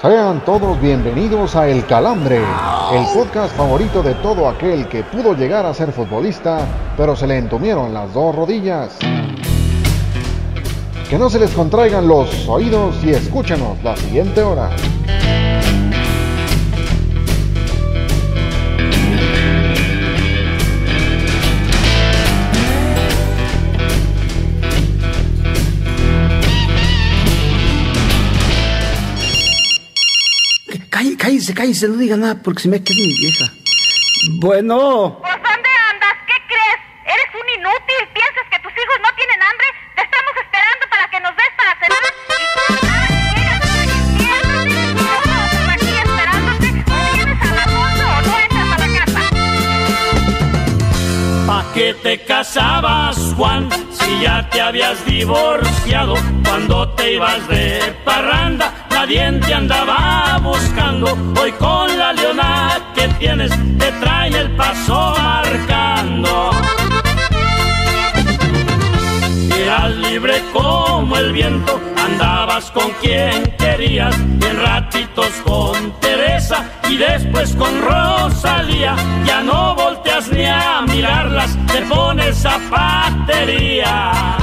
Sean todos bienvenidos a El Calambre, el podcast favorito de todo aquel que pudo llegar a ser futbolista, pero se le entumieron las dos rodillas. Que no se les contraigan los oídos y escúchenos la siguiente hora. Cállese, no diga nada porque se me queda mi vieja. Bueno. ¿Por dónde andas? ¿Qué crees? ¿Eres un inútil? ¿Piensas que tus hijos no tienen hambre? Te estamos esperando para que nos des para cenar. Y tú, aquí esperándote, o vienes al almuerzo o no entras a la casa. ¿Pa' qué te casabas, Juan? Si ya te habías divorciado cuando te ibas de parranda. Nadie te andaba buscando, hoy con la leona que tienes te traen el paso marcando. Eras libre como el viento, andabas con quien querías, y en ratitos con Teresa y después con Rosalía. Ya no volteas ni a mirarlas, te pones zapatería.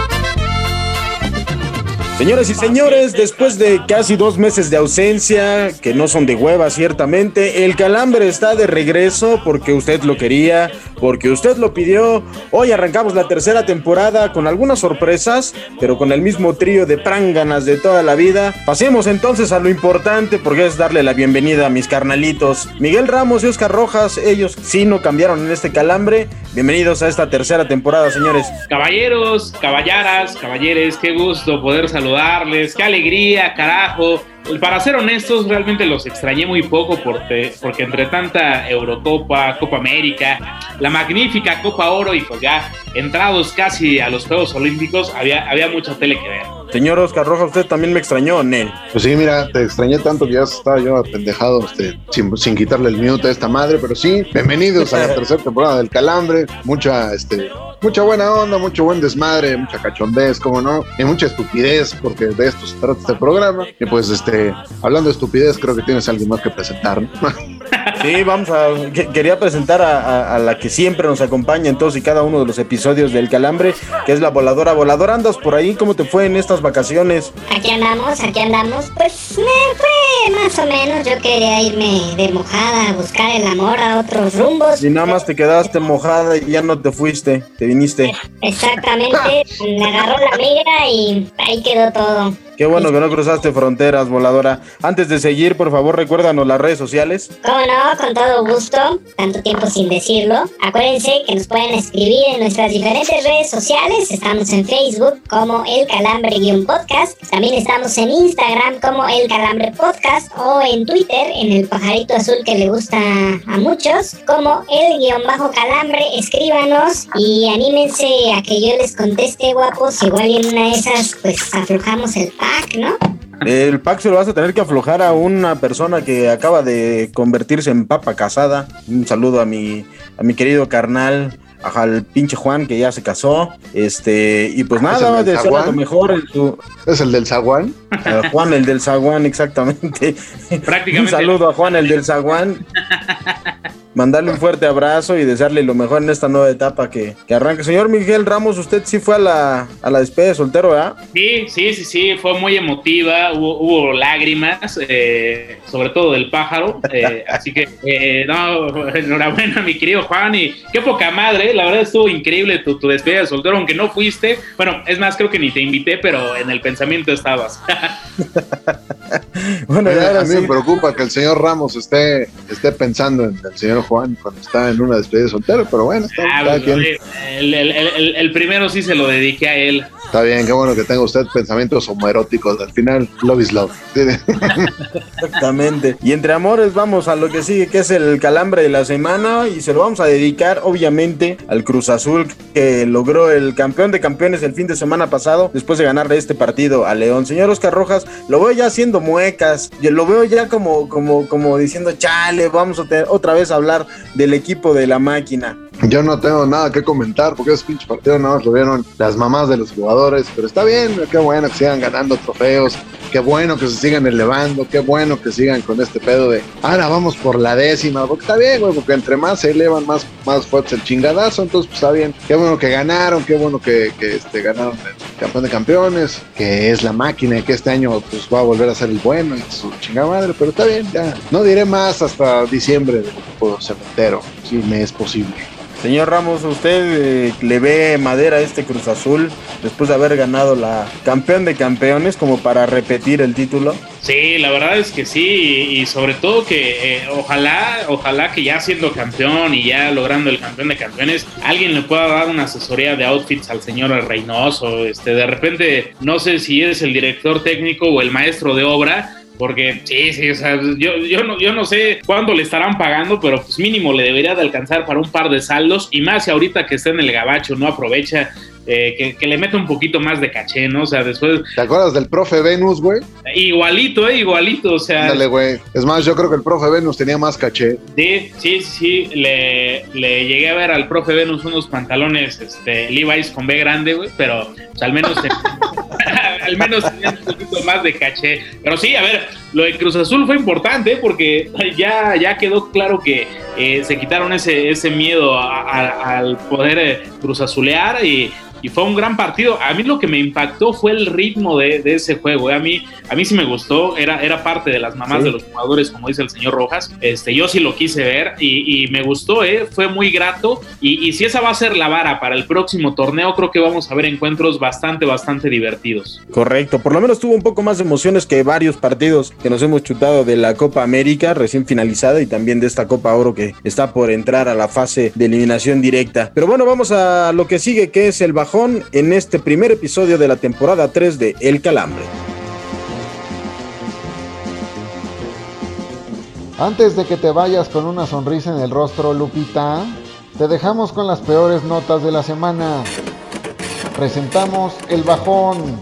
Señoras y señores, después de casi 2 meses de ausencia, que no son de hueva ciertamente, El Calambre está de regreso porque usted lo quería, porque usted lo pidió. Hoy arrancamos la tercera temporada con algunas sorpresas, pero con el mismo trío de pránganas de toda la vida. Pasemos entonces a lo importante, porque es darle la bienvenida a mis carnalitos Miguel Ramos y Oscar Rojas. Ellos sí no cambiaron en este Calambre. Bienvenidos a esta tercera temporada, señores. Caballeros, caballeras, caballeres, qué gusto poder saludarles, qué alegría, carajo. Para ser honestos, realmente los extrañé muy poco porque entre tanta Eurocopa, Copa América, la magnífica Copa Oro y pues ya entrados casi a los Juegos Olímpicos, había mucha tele que ver. Señor Oscar Rojas, ¿usted también me extrañó, Nel? Pues sí, mira, te extrañé tanto que ya estaba yo apendejado sin quitarle el minuto a esta madre, pero sí, bienvenidos a la tercera temporada del Calambre. Mucha buena onda, mucho buen desmadre, mucha cachondez, cómo no, y mucha estupidez, porque de esto se trata este programa. Y pues hablando de estupidez, creo que tienes a alguien más que presentar, ¿no? Sí, quería presentar a la que siempre nos acompaña en todos y cada uno de los episodios del Calambre, que es la Voladora. Voladora, ¿andas por ahí? ¿Cómo te fue en estas vacaciones? Aquí andamos, pues me fue más o menos. Yo quería irme de mojada a buscar el amor a otros rumbos. Y nada más te quedaste mojada y ya no te fuiste, te viniste. Exactamente, me agarró la migra y ahí quedó todo. Qué bueno que no cruzaste fronteras, Voladora. Antes de seguir, por favor, recuérdanos las redes sociales. Cómo no, con todo gusto, tanto tiempo sin decirlo. Acuérdense que nos pueden escribir en nuestras diferentes redes sociales. Estamos en Facebook como El Calambre-Podcast. También estamos en Instagram como El Calambre Podcast, o en Twitter, en el pajarito azul que le gusta a muchos, como El_Calambre. Escríbanos y anímense a que yo les conteste, guapos. Igual en una de esas, pues aflojamos el pack, ¿no? El pack se lo vas a tener que aflojar a una persona que acaba de convertirse en papa casada. Un saludo a mi querido carnal, al pinche Juan, que ya se casó. Y pues nada, desearle lo mejor en su... ¿Es el del zaguán? Juan, el del zaguán, exactamente. Prácticamente. Un saludo a Juan, el del zaguán. Mandarle un fuerte abrazo y desearle lo mejor en esta nueva etapa que arranque. Señor Miguel Ramos, usted sí fue a la despedida de soltero, ¿verdad? Sí, fue muy emotiva, hubo lágrimas, sobre todo del pájaro, así que enhorabuena, mi querido Juan, y qué poca madre, la verdad estuvo increíble tu despedida de soltero, aunque no fuiste. Bueno, es más, creo que ni te invité, pero en el pensamiento estabas. Bueno, a mí me preocupa que el señor Ramos esté pensando en el señor Juan cuando está en una despedida de soltero, pero bueno, está quien. El primero sí se lo dediqué a él. Está bien, qué bueno que tenga usted pensamientos homoeróticos. Al final, love is love. Exactamente. Y entre amores vamos a lo que sigue, que es el Calambre de la semana, y se lo vamos a dedicar obviamente al Cruz Azul, que logró el campeón de campeones el fin de semana pasado, después de ganarle este partido a León. Señor Oscar Rojas, lo veo ya haciendo muecas, yo lo veo ya como diciendo, chale, vamos a tener otra vez a hablar del equipo de la máquina. Yo no tengo nada que comentar porque ese pinche partido nada más lo vieron las mamás de los jugadores, pero está bien, qué bueno que sigan ganando trofeos, qué bueno que se sigan elevando, qué bueno que sigan con este pedo de ahora vamos por la 10ª, porque está bien, güey, porque entre más se elevan, más fuerte el chingadazo, entonces pues está bien, qué bueno que ganaron, qué bueno que ganaron el campeón de campeones, que es la máquina y que este año pues va a volver a ser el bueno y su chingada madre, pero está bien, ya, no diré más hasta diciembre del equipo cementero, si me es posible. Señor Ramos, ¿usted le ve madera a este Cruz Azul después de haber ganado la campeón de campeones como para repetir el título? Sí, la verdad es que sí, y sobre todo que ojalá que ya siendo campeón y ya logrando el campeón de campeones, alguien le pueda dar una asesoría de outfits al señor Reynoso. De repente, no sé si es el director técnico o el maestro de obra, porque sí, o sea, yo no sé cuándo le estarán pagando, pero pues mínimo le debería de alcanzar para un par de saldos, y más si ahorita que está en el gabacho no aprovecha, que le meta un poquito más de caché, ¿no? O sea, después... ¿Te acuerdas del profe Venus, güey? Igualito, o sea... Ándale, güey. Es más, yo creo que el profe Venus tenía más caché. Sí, le llegué a ver al profe Venus unos pantalones Levi's con B grande, güey, pero pues, al menos tenía un poquito más de caché. Pero sí, a ver, lo de Cruz Azul fue importante, porque ya quedó claro que se quitaron ese miedo al poder Cruz Azulear, y fue un gran partido. A mí lo que me impactó fue el ritmo de ese juego. A mí sí me gustó, era parte de las mamás de los jugadores, como dice el señor Rojas. Yo sí lo quise ver y me gustó, fue muy grato, y si esa va a ser la vara para el próximo torneo, creo que vamos a ver encuentros bastante divertidos. Correcto, por lo menos tuvo un poco más de emociones que varios partidos que nos hemos chutado de la Copa América recién finalizada, y también de esta Copa Oro que está por entrar a la fase de eliminación directa. Pero bueno, vamos a lo que sigue, que es el bajón en este primer episodio de la temporada 3 de El Calambre. Antes de que te vayas con una sonrisa en el rostro, Lupita, te dejamos con las peores notas de la semana. Presentamos el bajón.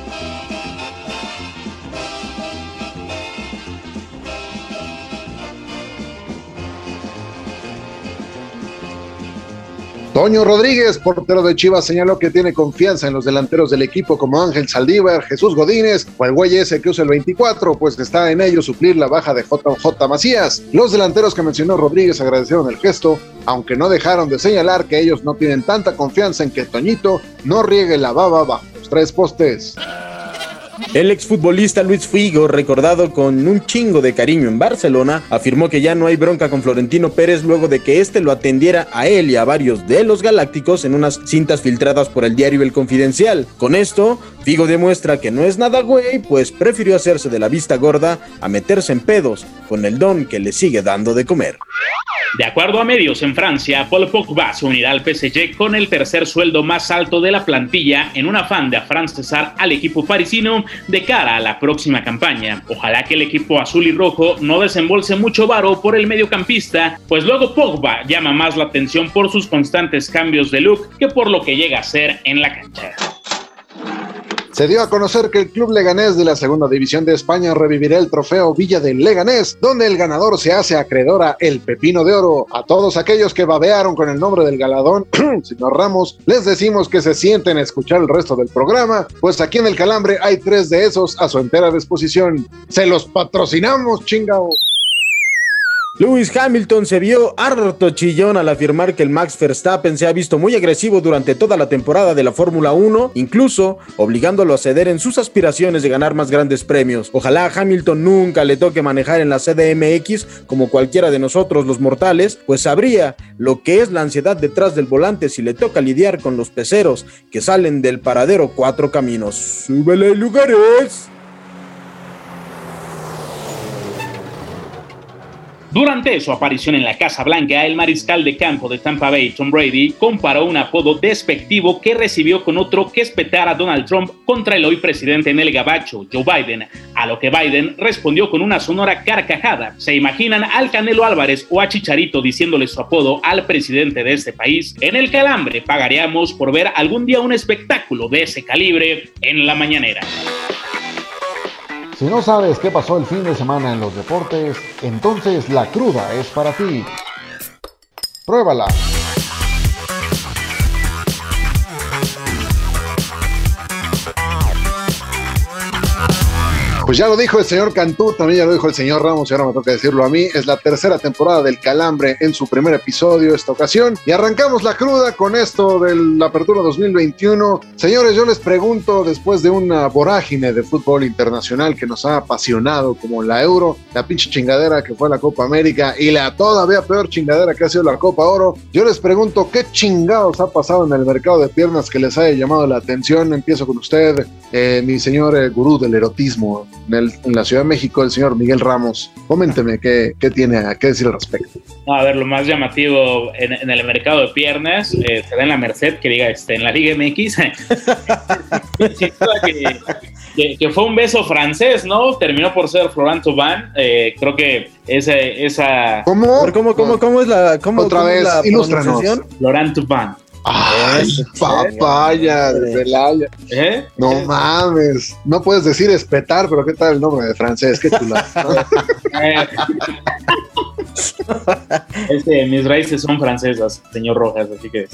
Toño Rodríguez, portero de Chivas, señaló que tiene confianza en los delanteros del equipo como Ángel Saldívar, Jesús Godínez o el güey ese que usa el 24, pues está en ello suplir la baja de JJ Macías. Los delanteros que mencionó Rodríguez agradecieron el gesto, aunque no dejaron de señalar que ellos no tienen tanta confianza en que Toñito no riegue la baba bajo los 3 postes. El exfutbolista Luis Figo, recordado con un chingo de cariño en Barcelona, afirmó que ya no hay bronca con Florentino Pérez luego de que éste lo atendiera a él y a varios de los galácticos en unas cintas filtradas por el diario El Confidencial. Con esto, Figo demuestra que no es nada güey, pues prefirió hacerse de la vista gorda a meterse en pedos con el don que le sigue dando de comer. De acuerdo a medios en Francia, Paul Pogba se unirá al PSG con el tercer sueldo más alto de la plantilla en un afán de afrancesar al equipo parisino de cara a la próxima campaña. Ojalá que el equipo azul y rojo no desembolse mucho varo por el mediocampista, pues luego Pogba llama más la atención por sus constantes cambios de look que por lo que llega a ser en la cancha. Se dio a conocer que el club leganés de la segunda división de España revivirá el trofeo Villa del Leganés, donde el ganador se hace acreedor a el Pepino de Oro. A todos aquellos que babearon con el nombre del galardón, señor Ramos, les decimos que se sienten a escuchar el resto del programa, pues aquí en El Calambre hay 3 de esos a su entera disposición. ¡Se los patrocinamos, chingao! Lewis Hamilton se vio harto chillón al afirmar que el Max Verstappen se ha visto muy agresivo durante toda la temporada de la Fórmula 1, incluso obligándolo a ceder en sus aspiraciones de ganar más grandes premios. Ojalá a Hamilton nunca le toque manejar en la CDMX como cualquiera de nosotros los mortales, pues sabría lo que es la ansiedad detrás del volante si le toca lidiar con los peceros que salen del paradero Cuatro Caminos. ¡Súbele lugares! Durante su aparición en la Casa Blanca, el mariscal de campo de Tampa Bay, Tom Brady, comparó un apodo despectivo que recibió con otro que espetara a Donald Trump contra el hoy presidente en el gabacho, Joe Biden, a lo que Biden respondió con una sonora carcajada. ¿Se imaginan al Canelo Álvarez o a Chicharito diciéndole su apodo al presidente de este país? En El Calambre pagaríamos por ver algún día un espectáculo de ese calibre en la mañanera. Si no sabes qué pasó el fin de semana en los deportes, entonces la cruda es para ti. Pruébala. Pues ya lo dijo el señor Cantú, también ya lo dijo el señor Ramos y ahora me toca decirlo a mí. Es la tercera temporada del Calambre en su primer episodio esta ocasión y arrancamos la cruda con esto de la apertura 2021. Señores, yo les pregunto, después de una vorágine de fútbol internacional que nos ha apasionado como la Euro, la pinche chingadera que fue la Copa América y la todavía peor chingadera que ha sido la Copa Oro, yo les pregunto qué chingados ha pasado en el mercado de piernas que les haya llamado la atención. Empiezo con usted, mi señor gurú del erotismo en la Ciudad de México, el señor Miguel Ramos. Coménteme qué tiene que decir al respecto. A ver, lo más llamativo en el mercado de piernas se da en la Merced, que diga en la Liga MX. que fue un beso francés, ¿no? Terminó por ser Florent Thauvin. Creo que esa... ¿Cómo es la... Otra vez, ilústranos. Florent Thauvin. Ay, papaya de Celaya. No mames. No puedes decir espetar, pero ¿qué tal el nombre de francés? Qué chula. Mis raíces son francesas, señor Rojas, así que...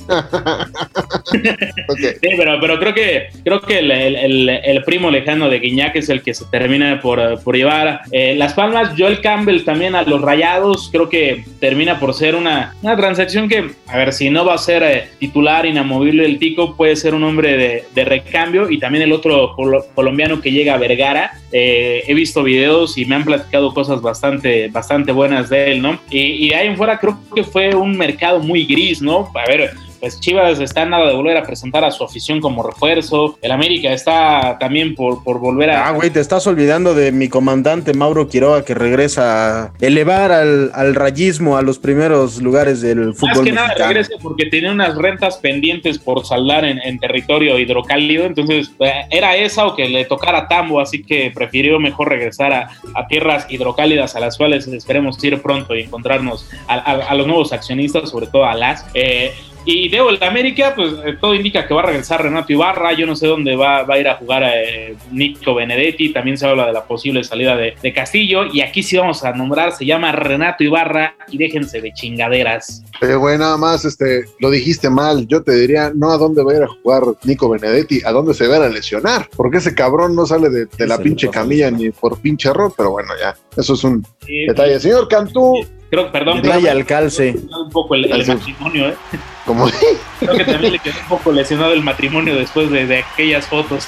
Okay. Sí, pero creo que el primo lejano de Guiñac es el que se termina por llevar Las Palmas. Joel Campbell también a los Rayados, creo que termina por ser una transacción que, a ver, si no va a ser titular inamovible el Tico, puede ser un hombre de recambio. Y también el otro colombiano que llega a Vergara, he visto videos y me han platicado cosas bastante buenas de él, ¿no? Y de ahí en fuera creo que fue un mercado muy gris, ¿no? A ver, pues Chivas está en nada de volver a presentar a su afición como refuerzo. El América está también por volver a... güey, te estás olvidando de mi comandante Mauro Quiroga, que regresa a elevar al rayismo a los primeros lugares del fútbol mexicano. Más que nada regresa porque tiene unas rentas pendientes por saldar en territorio hidrocálido, entonces era esa o que le tocara Tambo, así que prefirió mejor regresar a tierras hidrocálidas, a las cuales esperemos ir pronto y encontrarnos a los nuevos accionistas, sobre todo a las... Y Diego, el América, pues todo indica que va a regresar Renato Ibarra. Yo no sé dónde va a ir a jugar Nico Benedetti. También se habla de la posible salida de Castillo. Y aquí sí vamos a nombrar, se llama Renato Ibarra. Y déjense de chingaderas. Güey, nada más, lo dijiste mal. Yo te diría, no a dónde va a ir a jugar Nico Benedetti, a dónde se va a ir a lesionar. Porque ese cabrón no sale de la pinche camilla ni por pinche error. Pero bueno, ya, eso es un detalle. Señor Cantú. Creo que, perdón. Vaya al calce. Un poco el matrimonio, ¿Cómo? Creo que también le quedó un poco lesionado el matrimonio después de aquellas fotos.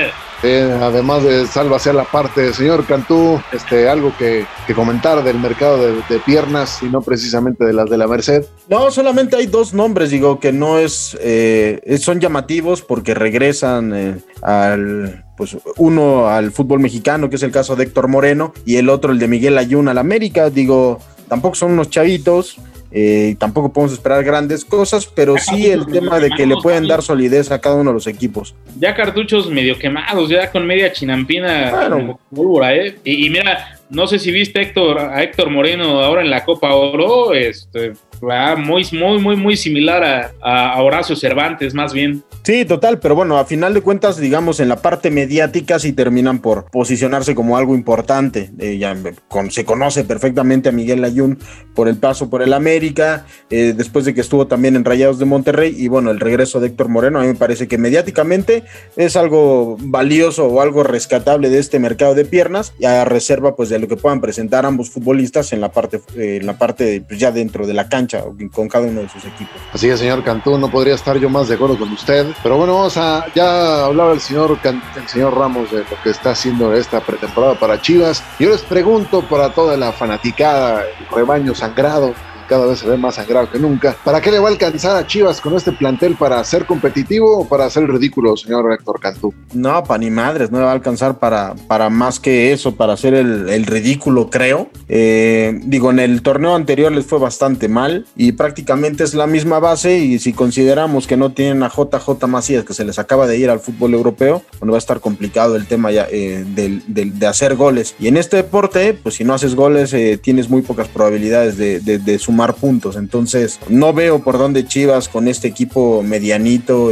Además de sálvase a la parte, señor Cantú, algo que comentar del mercado de piernas y no precisamente de las de la Merced. No, solamente hay dos nombres, digo, que no son llamativos porque regresan pues uno al fútbol mexicano, que es el caso de Héctor Moreno, y el otro el de Miguel Ayun al América. Digo, tampoco son unos chavitos, tampoco podemos esperar grandes cosas, pero sí el tema de que le pueden dar solidez a cada uno de los equipos. Ya cartuchos medio quemados, ya con media chinampina, claro. Pólvora, y mira, no sé si viste a Héctor Moreno ahora en la Copa Oro, muy similar a Horacio Cervantes, más bien. Sí, total, pero bueno, a final de cuentas, digamos, en la parte mediática sí terminan por posicionarse como algo importante. Se conoce perfectamente a Miguel Ayun por el paso por el América, después de que estuvo también en Rayados de Monterrey, y bueno, el regreso de Héctor Moreno, a mí me parece que mediáticamente es algo valioso o algo rescatable de este mercado de piernas, y a reserva pues de lo que puedan presentar ambos futbolistas en la parte pues, ya dentro de la cancha, con cada uno de sus equipos. Así es, señor Cantú, no podría estar yo más de acuerdo con usted. Pero bueno, ya hablaba el señor Ramos de lo que está haciendo esta pretemporada para Chivas. Yo les pregunto para toda la fanaticada, el rebaño sangrado, cada vez se ve más sangrado que nunca, ¿para qué le va a alcanzar a Chivas con este plantel? ¿Para ser competitivo o para hacer el ridículo, señor Héctor Cantú? No, para ni madres, no le va a alcanzar para más que eso, para hacer el ridículo, creo. En el torneo anterior les fue bastante mal y prácticamente es la misma base, y si consideramos que no tienen a JJ Macías, que se les acaba de ir al fútbol europeo, bueno, va a estar complicado el tema ya de hacer goles. Y en este deporte, pues si no haces goles, tienes muy pocas probabilidades de sumar puntos. Entonces no veo por dónde Chivas, con este equipo medianito y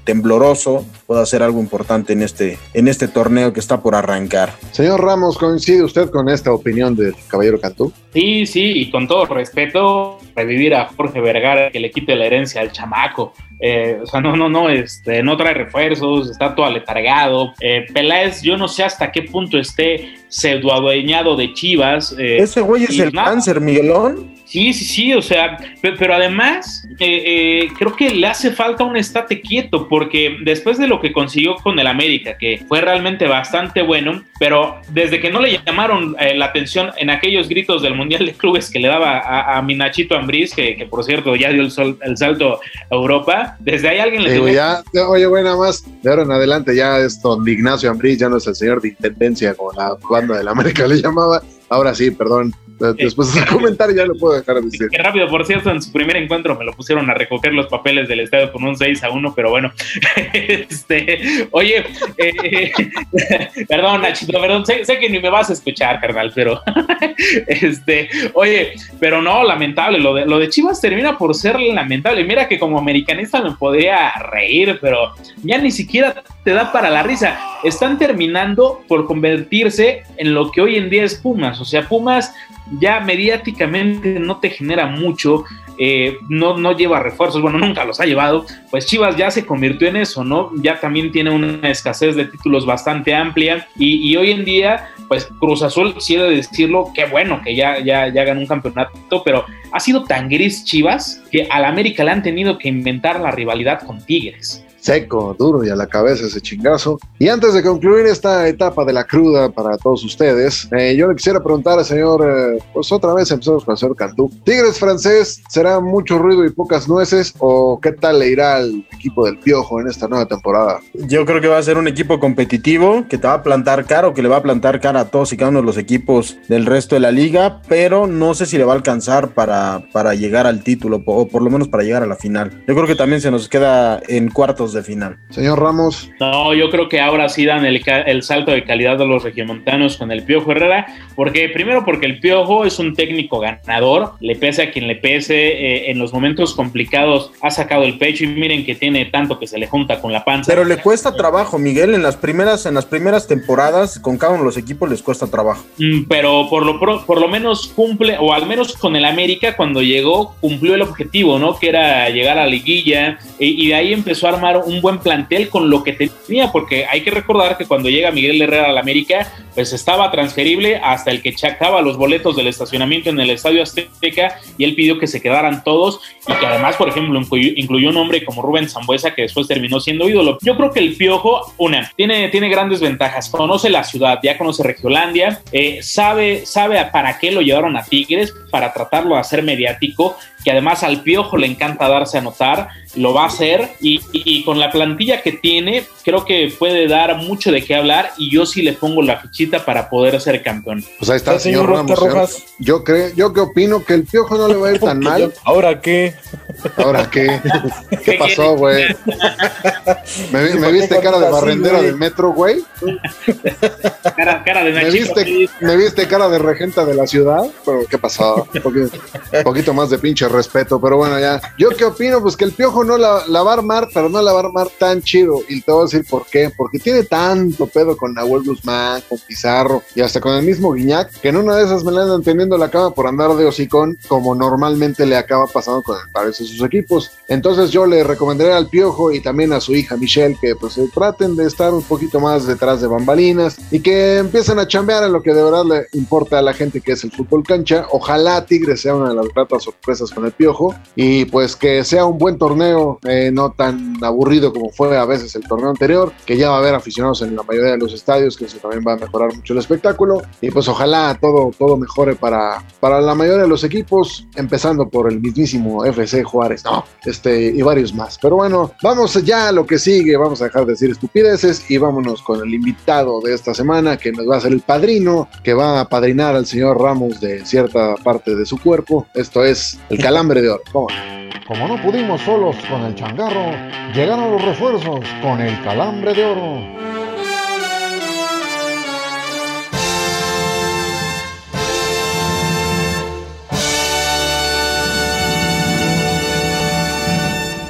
tembloroso pueda hacer algo importante en este torneo que está por arrancar. Señor Ramos, ¿coincide usted con esta opinión del caballero Cantú? Sí, y con todo respeto, revivir a Jorge Vergara, que le quite la herencia al chamaco. O sea, no trae refuerzos, está todo aletargado. Peláez, yo no sé hasta qué punto esté pseudoadueñado de Chivas. Ese güey es el cáncer, Miguelón. Sí, o sea, pero además creo que le hace falta un estate quieto, porque después de lo que consiguió con el América, que fue realmente bastante bueno, pero desde que no le llamaron la atención en aquellos gritos del Mundial de Clubes que le daba a mi Nachito Ambriz, que por cierto ya dio el salto a Europa, desde ahí alguien le dijo... Oye, güey, nada más, de ahora en adelante ya es don Ignacio Ambriz, ya no es el señor de Intendencia, como la banda del América le llamaba. Ahora sí, perdón. Después de ese comentario ya lo puedo dejar de decir. Qué rápido, por cierto, en su primer encuentro me lo pusieron a recoger los papeles del estadio con un 6-1, pero bueno. Oye, perdón, Nachito, perdón, sé que ni me vas a escuchar, carnal, pero oye, pero no, lamentable, lo de Chivas termina por ser lamentable. Mira que como americanista me podría reír, pero ya ni siquiera te da para la risa. Están terminando por convertirse en lo que hoy en día es Pumas, o sea, Pumas ya mediáticamente no te genera mucho, no lleva refuerzos, bueno, nunca los ha llevado, pues Chivas ya se convirtió en eso, ¿no? Ya también tiene una escasez de títulos bastante amplia y hoy en día, pues Cruz Azul, sí he de decirlo, qué bueno que ya ganó un campeonato, pero ha sido tan gris Chivas que al América le han tenido que inventar la rivalidad con Tigres. Seco, duro y a la cabeza ese chingazo. Y antes de concluir esta etapa de la cruda para todos ustedes, yo le quisiera preguntar al señor, pues otra vez empezamos con el señor Cantú. ¿Tigres francés será mucho ruido y pocas nueces o qué tal le irá al equipo del Piojo en esta nueva temporada? Yo creo que va a ser un equipo competitivo que te va a plantar cara o que le va a plantar cara a todos y cada uno de los equipos del resto de la liga, pero no sé si le va a alcanzar para llegar al título o por lo menos para llegar a la final. Yo creo que también se nos queda en cuartos de final. Señor Ramos. No, yo creo que ahora sí dan el salto de calidad de los regiomontanos con el Piojo Herrera, porque el Piojo es un técnico ganador, le pese a quien le pese, en los momentos complicados ha sacado el pecho y miren que tiene tanto que se le junta con la panza. Pero le cuesta trabajo, Miguel, en las primeras temporadas con cada uno de los equipos les cuesta trabajo. Pero por lo menos cumple, o al menos con el América cuando llegó cumplió el objetivo, ¿no? Que era llegar a la liguilla y de ahí empezó a armar un buen plantel con lo que tenía, porque hay que recordar que cuando llega Miguel Herrera al América, pues estaba transferible hasta el que chacaba los boletos del estacionamiento en el Estadio Azteca y él pidió que se quedaran todos y que además, por ejemplo, incluyó un hombre como Rubén Sambueza que después terminó siendo ídolo. Yo creo que el Piojo, tiene grandes ventajas, conoce la ciudad, ya conoce Regiolandia, sabe para qué lo llevaron a Tigres, para tratarlo de hacer mediático, que además al Piojo le encanta darse a notar, lo va a hacer y con la plantilla que tiene creo que puede dar mucho de qué hablar y yo sí le pongo la fichita para poder ser campeón. Pues ahí está el señor Ramos. Rojas. Yo que opino que el Piojo no le va a ir tan mal. ¿Ahora qué? ¿Qué pasó, güey? ¿Me viste cara de barrendero del metro, güey? Cara de Nachito. ¿Me viste cara de regenta de la ciudad? Pero ¿qué pasó? Un poquito más de pinche respeto, pero bueno, ya. ¿Yo qué opino? Pues que el Piojo no la va a armar, pero no la va a armar tan chido. Y te voy a decir por qué. Porque tiene tanto pedo con Nahuel Guzmán, con Pizarro y hasta con el mismo Guiñac, que en una de esas me la andan teniendo la cama por andar de hocicón, como normalmente le acaba pasando con varios de sus equipos. Entonces yo le recomendaría al Piojo y también a su hija Michelle que pues traten de estar un poquito más detrás de bambalinas y que empiecen a chambear en lo que de verdad le importa a la gente, que es el fútbol cancha. Ojalá Tigres sea una de las gratas sorpresas con el Piojo y pues que sea un buen torneo, no tan aburrido como fue a veces el torneo anterior, que ya va a haber aficionados en la mayoría de los estadios, que eso también va a mejorar mucho el espectáculo y pues ojalá todo mejore para la mayoría de los equipos, empezando por el mismísimo FC Juárez, y varios más. Pero bueno, vamos ya a lo que sigue, vamos a dejar de decir estupideces y vámonos con el invitado de esta semana, que nos va a ser el padrino, que va a padrinar al señor Ramos de cierta parte de su cuerpo. Esto es el Calambre de Oro. Vamos. Como no pudimos solos con el changarro, llegaron los refuerzos con el Calambre de Oro.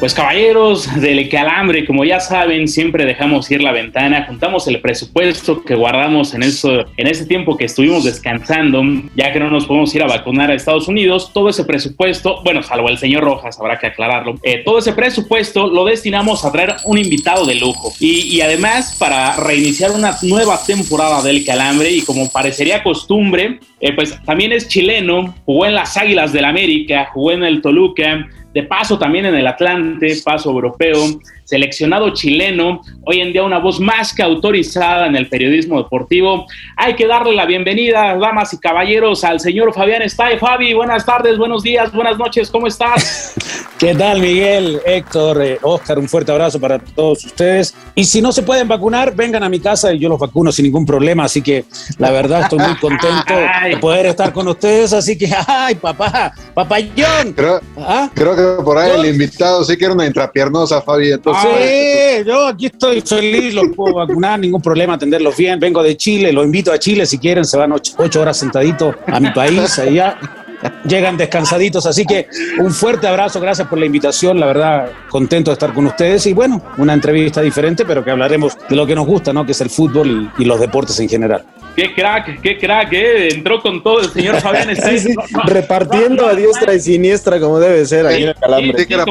Pues caballeros del Calambre, como ya saben, siempre dejamos ir la ventana, juntamos el presupuesto que guardamos en ese tiempo que estuvimos descansando, ya que no nos podemos ir a vacunar a Estados Unidos. Todo ese presupuesto, bueno, salvo el señor Rojas, habrá que aclararlo, todo ese presupuesto lo destinamos a traer un invitado de lujo y además para reiniciar una nueva temporada del Calambre, y como parecería costumbre, pues también es chileno, jugó en las Águilas del América, jugó en el Toluca, de paso también en el Atlante, paso europeo, seleccionado chileno, hoy en día una voz más que autorizada en el periodismo deportivo. Hay que darle la bienvenida, damas y caballeros, al señor Fabián Stay. Fabi, buenas tardes, buenos días, buenas noches, ¿cómo estás? ¿Qué tal, Miguel, Héctor, Oscar? Un fuerte abrazo para todos ustedes. Y si no se pueden vacunar, vengan a mi casa y yo los vacuno sin ningún problema. Así que la verdad estoy muy contento de poder estar con ustedes. Así que, ¡ay, papá! ¡Papayón! Creo que por ahí el invitado sí que era una intrapiernosa, Fabi. Entonces, sí, yo aquí estoy feliz, los puedo vacunar, ningún problema, atenderlos bien. Vengo de Chile, los invito a Chile si quieren, se van 8 horas sentaditos a mi país, allá. Llegan descansaditos, así que un fuerte abrazo, gracias por la invitación, la verdad contento de estar con ustedes y bueno, una entrevista diferente, pero que hablaremos de lo que nos gusta, ¿no? Que es el fútbol y los deportes en general. Qué crack, entró con todo el señor Fabián Stay. Sí. Repartiendo a diestra y siniestra como debe ser ahí en el Calambre. Sentí que era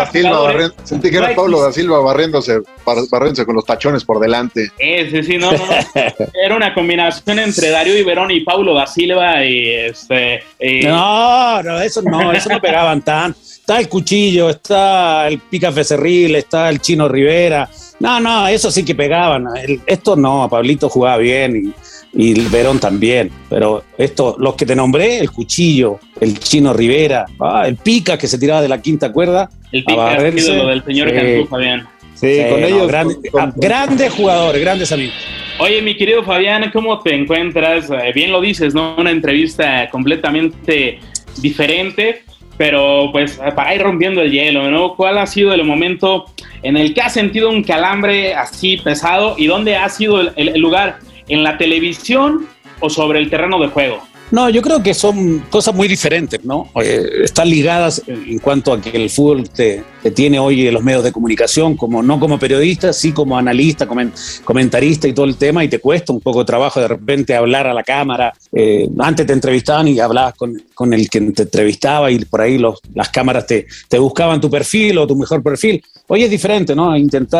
Pablo da Silva barriéndose con los tachones por delante. Sí, no. Era una combinación entre Darío Iberón y Paulo da Silva y No, eso no pegaban tan. Está el Cuchillo, está el Pica Becerril, está el Chino Rivera. No, eso sí que pegaban. Esto no, Pablito jugaba bien y el Verón también. Pero los que te nombré, el Cuchillo, el Chino Rivera, el Pica que se tiraba de la quinta cuerda. El Pica ha sido lo del señor Cantú, Fabián. Sí, con ellos. Grandes jugadores, grandes amigos. Oye, mi querido Fabián, ¿cómo te encuentras? Bien lo dices, ¿no? Una entrevista completamente diferente, pero pues para ir rompiendo el hielo, ¿no? ¿Cuál ha sido el momento en el que has sentido un calambre así pesado y dónde ha sido el lugar? ¿En la televisión o sobre el terreno de juego? No, yo creo que son cosas muy diferentes, ¿no? Están ligadas en cuanto a que el fútbol te tiene hoy en los medios de comunicación, no como periodista, sí como analista, comentarista y todo el tema, y te cuesta un poco de trabajo de repente hablar a la cámara. Antes te entrevistaban y hablabas con el que te entrevistaba y por ahí las cámaras te buscaban tu perfil o tu mejor perfil. Hoy es diferente, ¿no?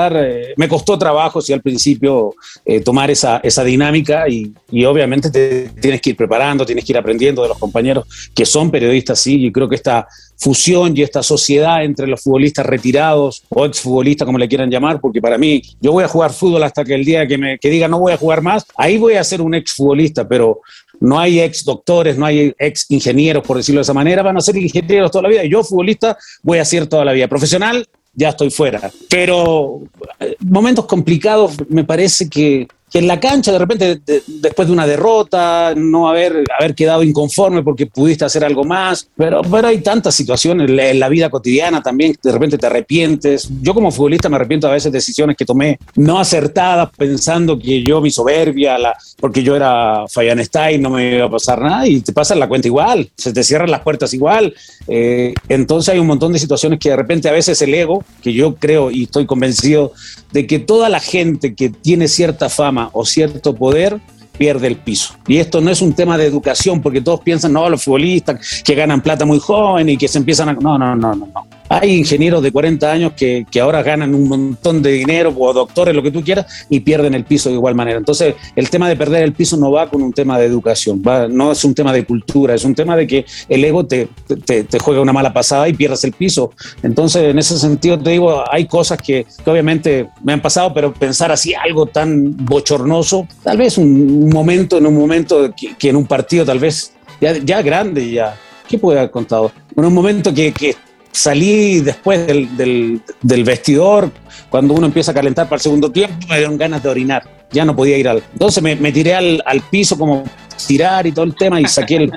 Me costó trabajo, sí, al principio tomar esa dinámica y obviamente te tienes que ir preparando, tienes que ir aprendiendo de los compañeros que son periodistas, sí, y creo que esta fusión y esta sociedad entre los futbolistas retirados o exfutbolistas, como le quieran llamar, porque para mí, yo voy a jugar fútbol hasta que el día que diga no voy a jugar más, ahí voy a ser un exfutbolista, pero no hay ex doctores, no hay ex ingenieros, por decirlo de esa manera, van a ser ingenieros toda la vida, y yo futbolista voy a ser toda la vida. Profesional, ya estoy fuera. Pero momentos complicados, me parece que en la cancha, de repente, después de una derrota, no haber quedado inconforme porque pudiste hacer algo más, pero hay tantas situaciones en la vida cotidiana también, de repente te arrepientes. Yo como futbolista me arrepiento a veces de decisiones que tomé no acertadas, pensando que mi soberbia, porque yo era Fabián Stay, no me iba a pasar nada, y te pasan la cuenta igual, se te cierran las puertas igual. Entonces hay un montón de situaciones que de repente a veces el ego, que yo creo y estoy convencido de que toda la gente que tiene cierta fama o cierto poder pierde el piso. Y esto no es un tema de educación, porque todos piensan, no, los futbolistas que ganan plata muy joven y que se empiezan a... No. Hay ingenieros de 40 años que ahora ganan un montón de dinero, o doctores, lo que tú quieras, y pierden el piso de igual manera. Entonces, el tema de perder el piso no va con un tema de educación, no es un tema de cultura, es un tema de que el ego te juega una mala pasada y pierdes el piso. Entonces, en ese sentido, te digo, hay cosas que obviamente me han pasado, pero pensar así algo tan bochornoso, tal vez en un momento que en un partido, tal vez ya grande, ya, ¿qué puede haber contado? En un momento que salí después del vestidor, cuando uno empieza a calentar para el segundo tiempo, me dieron ganas de orinar, ya no podía ir entonces me tiré al piso como tirar y todo el tema, y saqué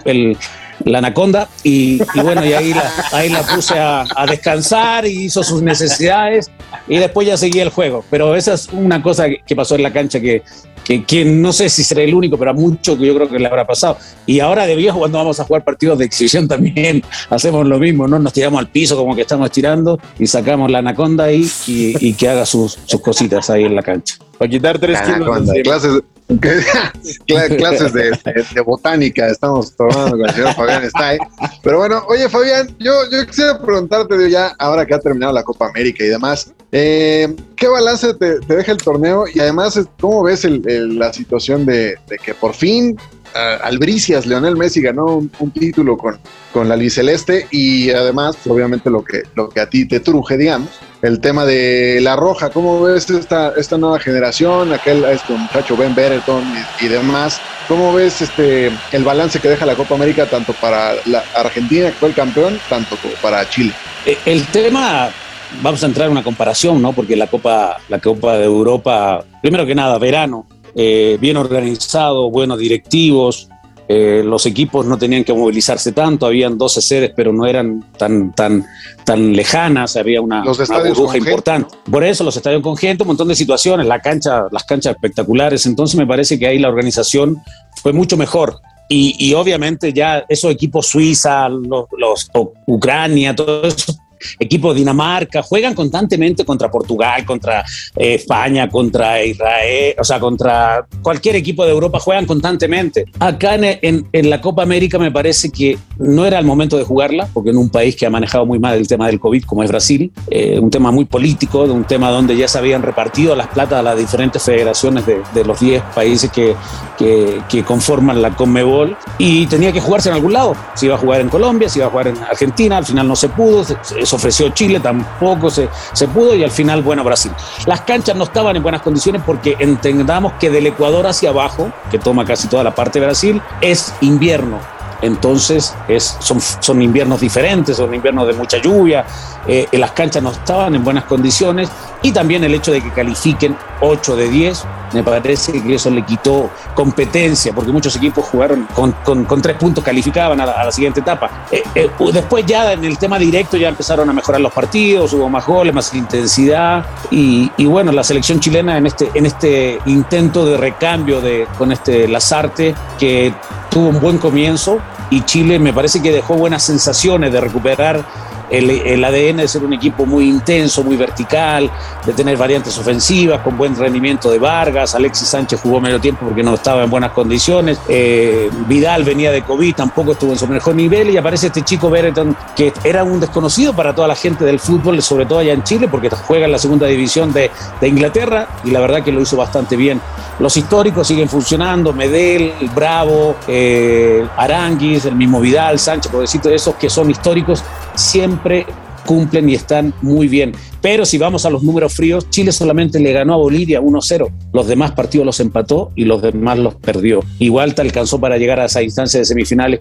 la anaconda y bueno, y ahí la puse a descansar y hizo sus necesidades y después ya seguía el juego. Pero esa es una cosa que pasó en la cancha que que no sé si será el único, pero a muchos que yo creo que le habrá pasado. Y ahora de viejo, cuando vamos a jugar partidos de exhibición, también hacemos lo mismo, ¿no? Nos tiramos al piso como que estamos estirando y sacamos la anaconda ahí y que haga sus cositas ahí en la cancha. Para quitar 3 kilos. Clases de botánica estamos tomando con el señor Fabián Stay. Pero bueno, oye Fabián, yo quisiera preguntarte ya, ahora que ha terminado la Copa América y demás, ¿qué balance te deja el torneo? Y además, ¿cómo ves la situación de que por fin Albricias, Lionel Messi ganó un título con la albiceleste? Y además, obviamente lo que a ti te truje, digamos, el tema de la roja. ¿Cómo ves esta nueva generación, este muchacho Ben Brereton y demás? ¿Cómo ves el balance que deja la Copa América tanto para la Argentina, que fue el campeón, tanto como para Chile? El tema, vamos a entrar en una comparación, ¿no? Porque la Copa de Europa, primero que nada, verano, bien organizado, buenos directivos, los equipos no tenían que movilizarse tanto, habían 12 sedes, pero no eran tan lejanas, había una burbuja importante. Por eso los estadios con gente, un montón de situaciones, las canchas espectaculares. Entonces me parece que ahí la organización fue mucho mejor. Y obviamente ya esos equipos Suiza, los Ucrania, todo eso, equipos de Dinamarca, juegan constantemente contra Portugal, contra España, contra Israel, o sea, contra cualquier equipo de Europa, juegan constantemente. Acá en la Copa América me parece que no era el momento de jugarla, porque en un país que ha manejado muy mal el tema del COVID, como es Brasil, un tema muy político, un tema donde ya se habían repartido las platas a las diferentes federaciones de los 10 países que conforman la Conmebol, y tenía que jugarse en algún lado. Se iba a jugar en Colombia, se iba a jugar en Argentina, al final no se pudo, se ofreció Chile, tampoco se pudo, y al final, bueno, Brasil. Las canchas no estaban en buenas condiciones porque entendamos que del Ecuador hacia abajo, que toma casi toda la parte de Brasil, es invierno. Entonces son inviernos diferentes, son inviernos de mucha lluvia, las canchas no estaban en buenas condiciones, y también el hecho de que califiquen 8 de 10, me parece que eso le quitó competencia, porque muchos equipos jugaron con 3 puntos, calificaban a la siguiente etapa. Después ya en el tema directo ya empezaron a mejorar los partidos, hubo más goles, más intensidad, y bueno, la selección chilena en este intento de recambio con Lazarte, que tuvo un buen comienzo, y Chile me parece que dejó buenas sensaciones de recuperar el ADN de ser un equipo muy intenso, muy vertical, de tener variantes ofensivas, con buen rendimiento de Vargas. Alexis Sánchez jugó medio tiempo porque no estaba en buenas condiciones. Vidal venía de COVID, tampoco estuvo en su mejor nivel, y aparece este chico Brereton, que era un desconocido para toda la gente del fútbol, sobre todo allá en Chile, porque juega en la segunda división de Inglaterra, y la verdad que lo hizo bastante bien. Los históricos siguen funcionando, Medel, Bravo, Aranguis, el mismo Vidal, Sánchez, pobrecitos de esos que son históricos, siempre cumplen y están muy bien. Pero si vamos a los números fríos, Chile solamente le ganó a Bolivia 1-0. Los demás partidos los empató y los demás los perdió. Igual te alcanzó para llegar a esa instancia de semifinales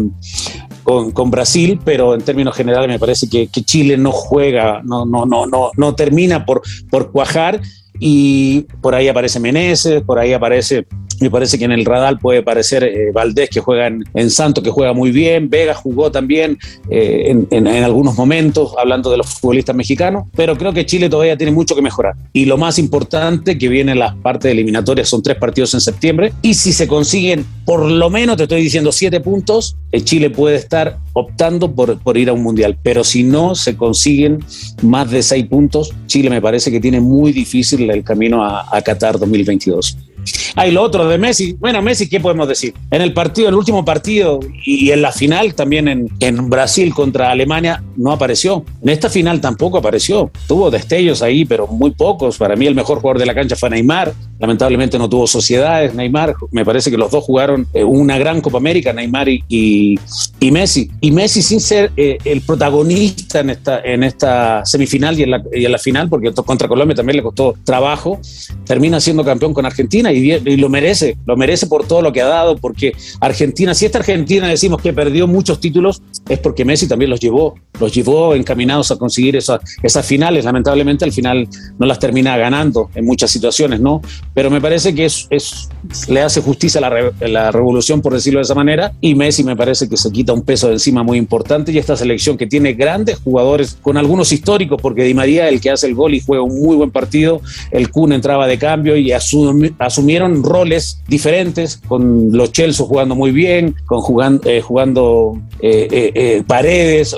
con Brasil, pero en términos generales me parece que Chile no juega, no termina por cuajar. Y por ahí aparece Meneses, por ahí aparece, me parece que en el radar puede aparecer Valdés, que juega en Santos, que juega muy bien. Vega jugó también en algunos momentos, hablando de los futbolistas mexicanos, pero creo que Chile todavía tiene mucho que mejorar. Y lo más importante, que viene las partes eliminatorias, son 3 partidos en septiembre, y si se consiguen por lo menos, te estoy diciendo, 7 puntos, Chile puede estar optando por ir a un mundial. Pero si no se consiguen más de 6 puntos, Chile me parece que tiene muy difícil el camino a Qatar 2022. Hay lo otro de Messi. Bueno, Messi, ¿qué podemos decir? En el último partido y en la final también en Brasil contra Alemania no apareció. En esta final tampoco apareció. Tuvo destellos ahí, pero muy pocos. Para mí el mejor jugador de la cancha fue Neymar. Lamentablemente no tuvo sociedades Neymar. Me parece que los dos jugaron una gran Copa América, Neymar y Messi. Y Messi, sin ser el protagonista en esta semifinal y en la final, porque contra Colombia también le costó trabajo, termina siendo campeón con Argentina, y lo merece por todo lo que ha dado, porque Argentina, si esta Argentina decimos que perdió muchos títulos, es porque Messi también los llevó encaminados a conseguir esas finales. Lamentablemente al final no las termina ganando en muchas situaciones, ¿no? pero me parece que le hace justicia a la revolución, por decirlo de esa manera, y Messi me parece que se quita un peso de encima muy importante, y esta selección que tiene grandes jugadores, con algunos históricos, porque Di María, el que hace el gol y juega un muy buen partido, el Kun entraba de cambio y asumieron roles diferentes, con los Chelsea jugando muy bien, jugando Paredes,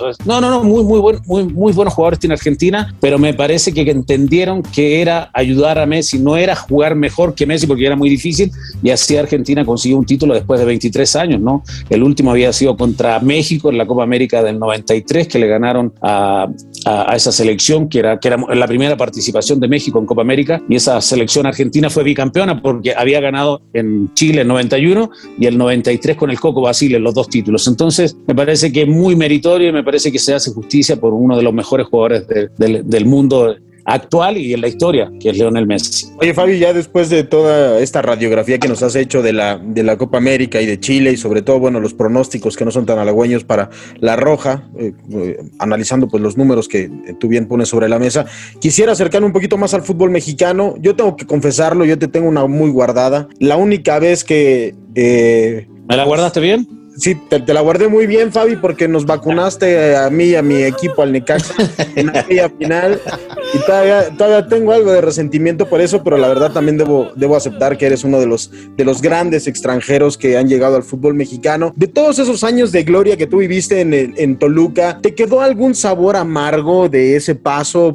muy buenos jugadores tiene Argentina, pero me parece que entendieron que era ayudar a Messi, no era jugar mejor que Messi porque era muy difícil, y así Argentina consiguió un título después de 23 años, ¿no? El último había sido contra México en la Copa América del 93, que le ganaron a esa selección, que era la primera participación de México en Copa América, y esa selección argentina fue bicampeona porque había ganado en Chile en 91 y el 93 con el Coco Basile, los 2 títulos. Entonces me parece que es muy meritorio y me parece que se hace justicia por uno de los mejores jugadores del mundo actual y en la historia, que es Lionel Messi. Oye, Fabi, ya después de toda esta radiografía que nos has hecho de la Copa América y de Chile, y sobre todo, bueno, los pronósticos que no son tan halagüeños para la Roja, analizando pues los números que tú bien pones sobre la mesa, quisiera acercarme un poquito más al fútbol mexicano. Yo tengo que confesarlo, yo te tengo una muy guardada. La única vez que... ¿Me la guardaste bien? Sí, te la guardé muy bien, Fabi, porque nos vacunaste a mí y a mi equipo, al Necaxa, en aquella final, y todavía tengo algo de resentimiento por eso, pero la verdad también debo aceptar que eres uno de los grandes extranjeros que han llegado al fútbol mexicano. De todos esos años de gloria que tú viviste en Toluca, ¿te quedó algún sabor amargo de ese paso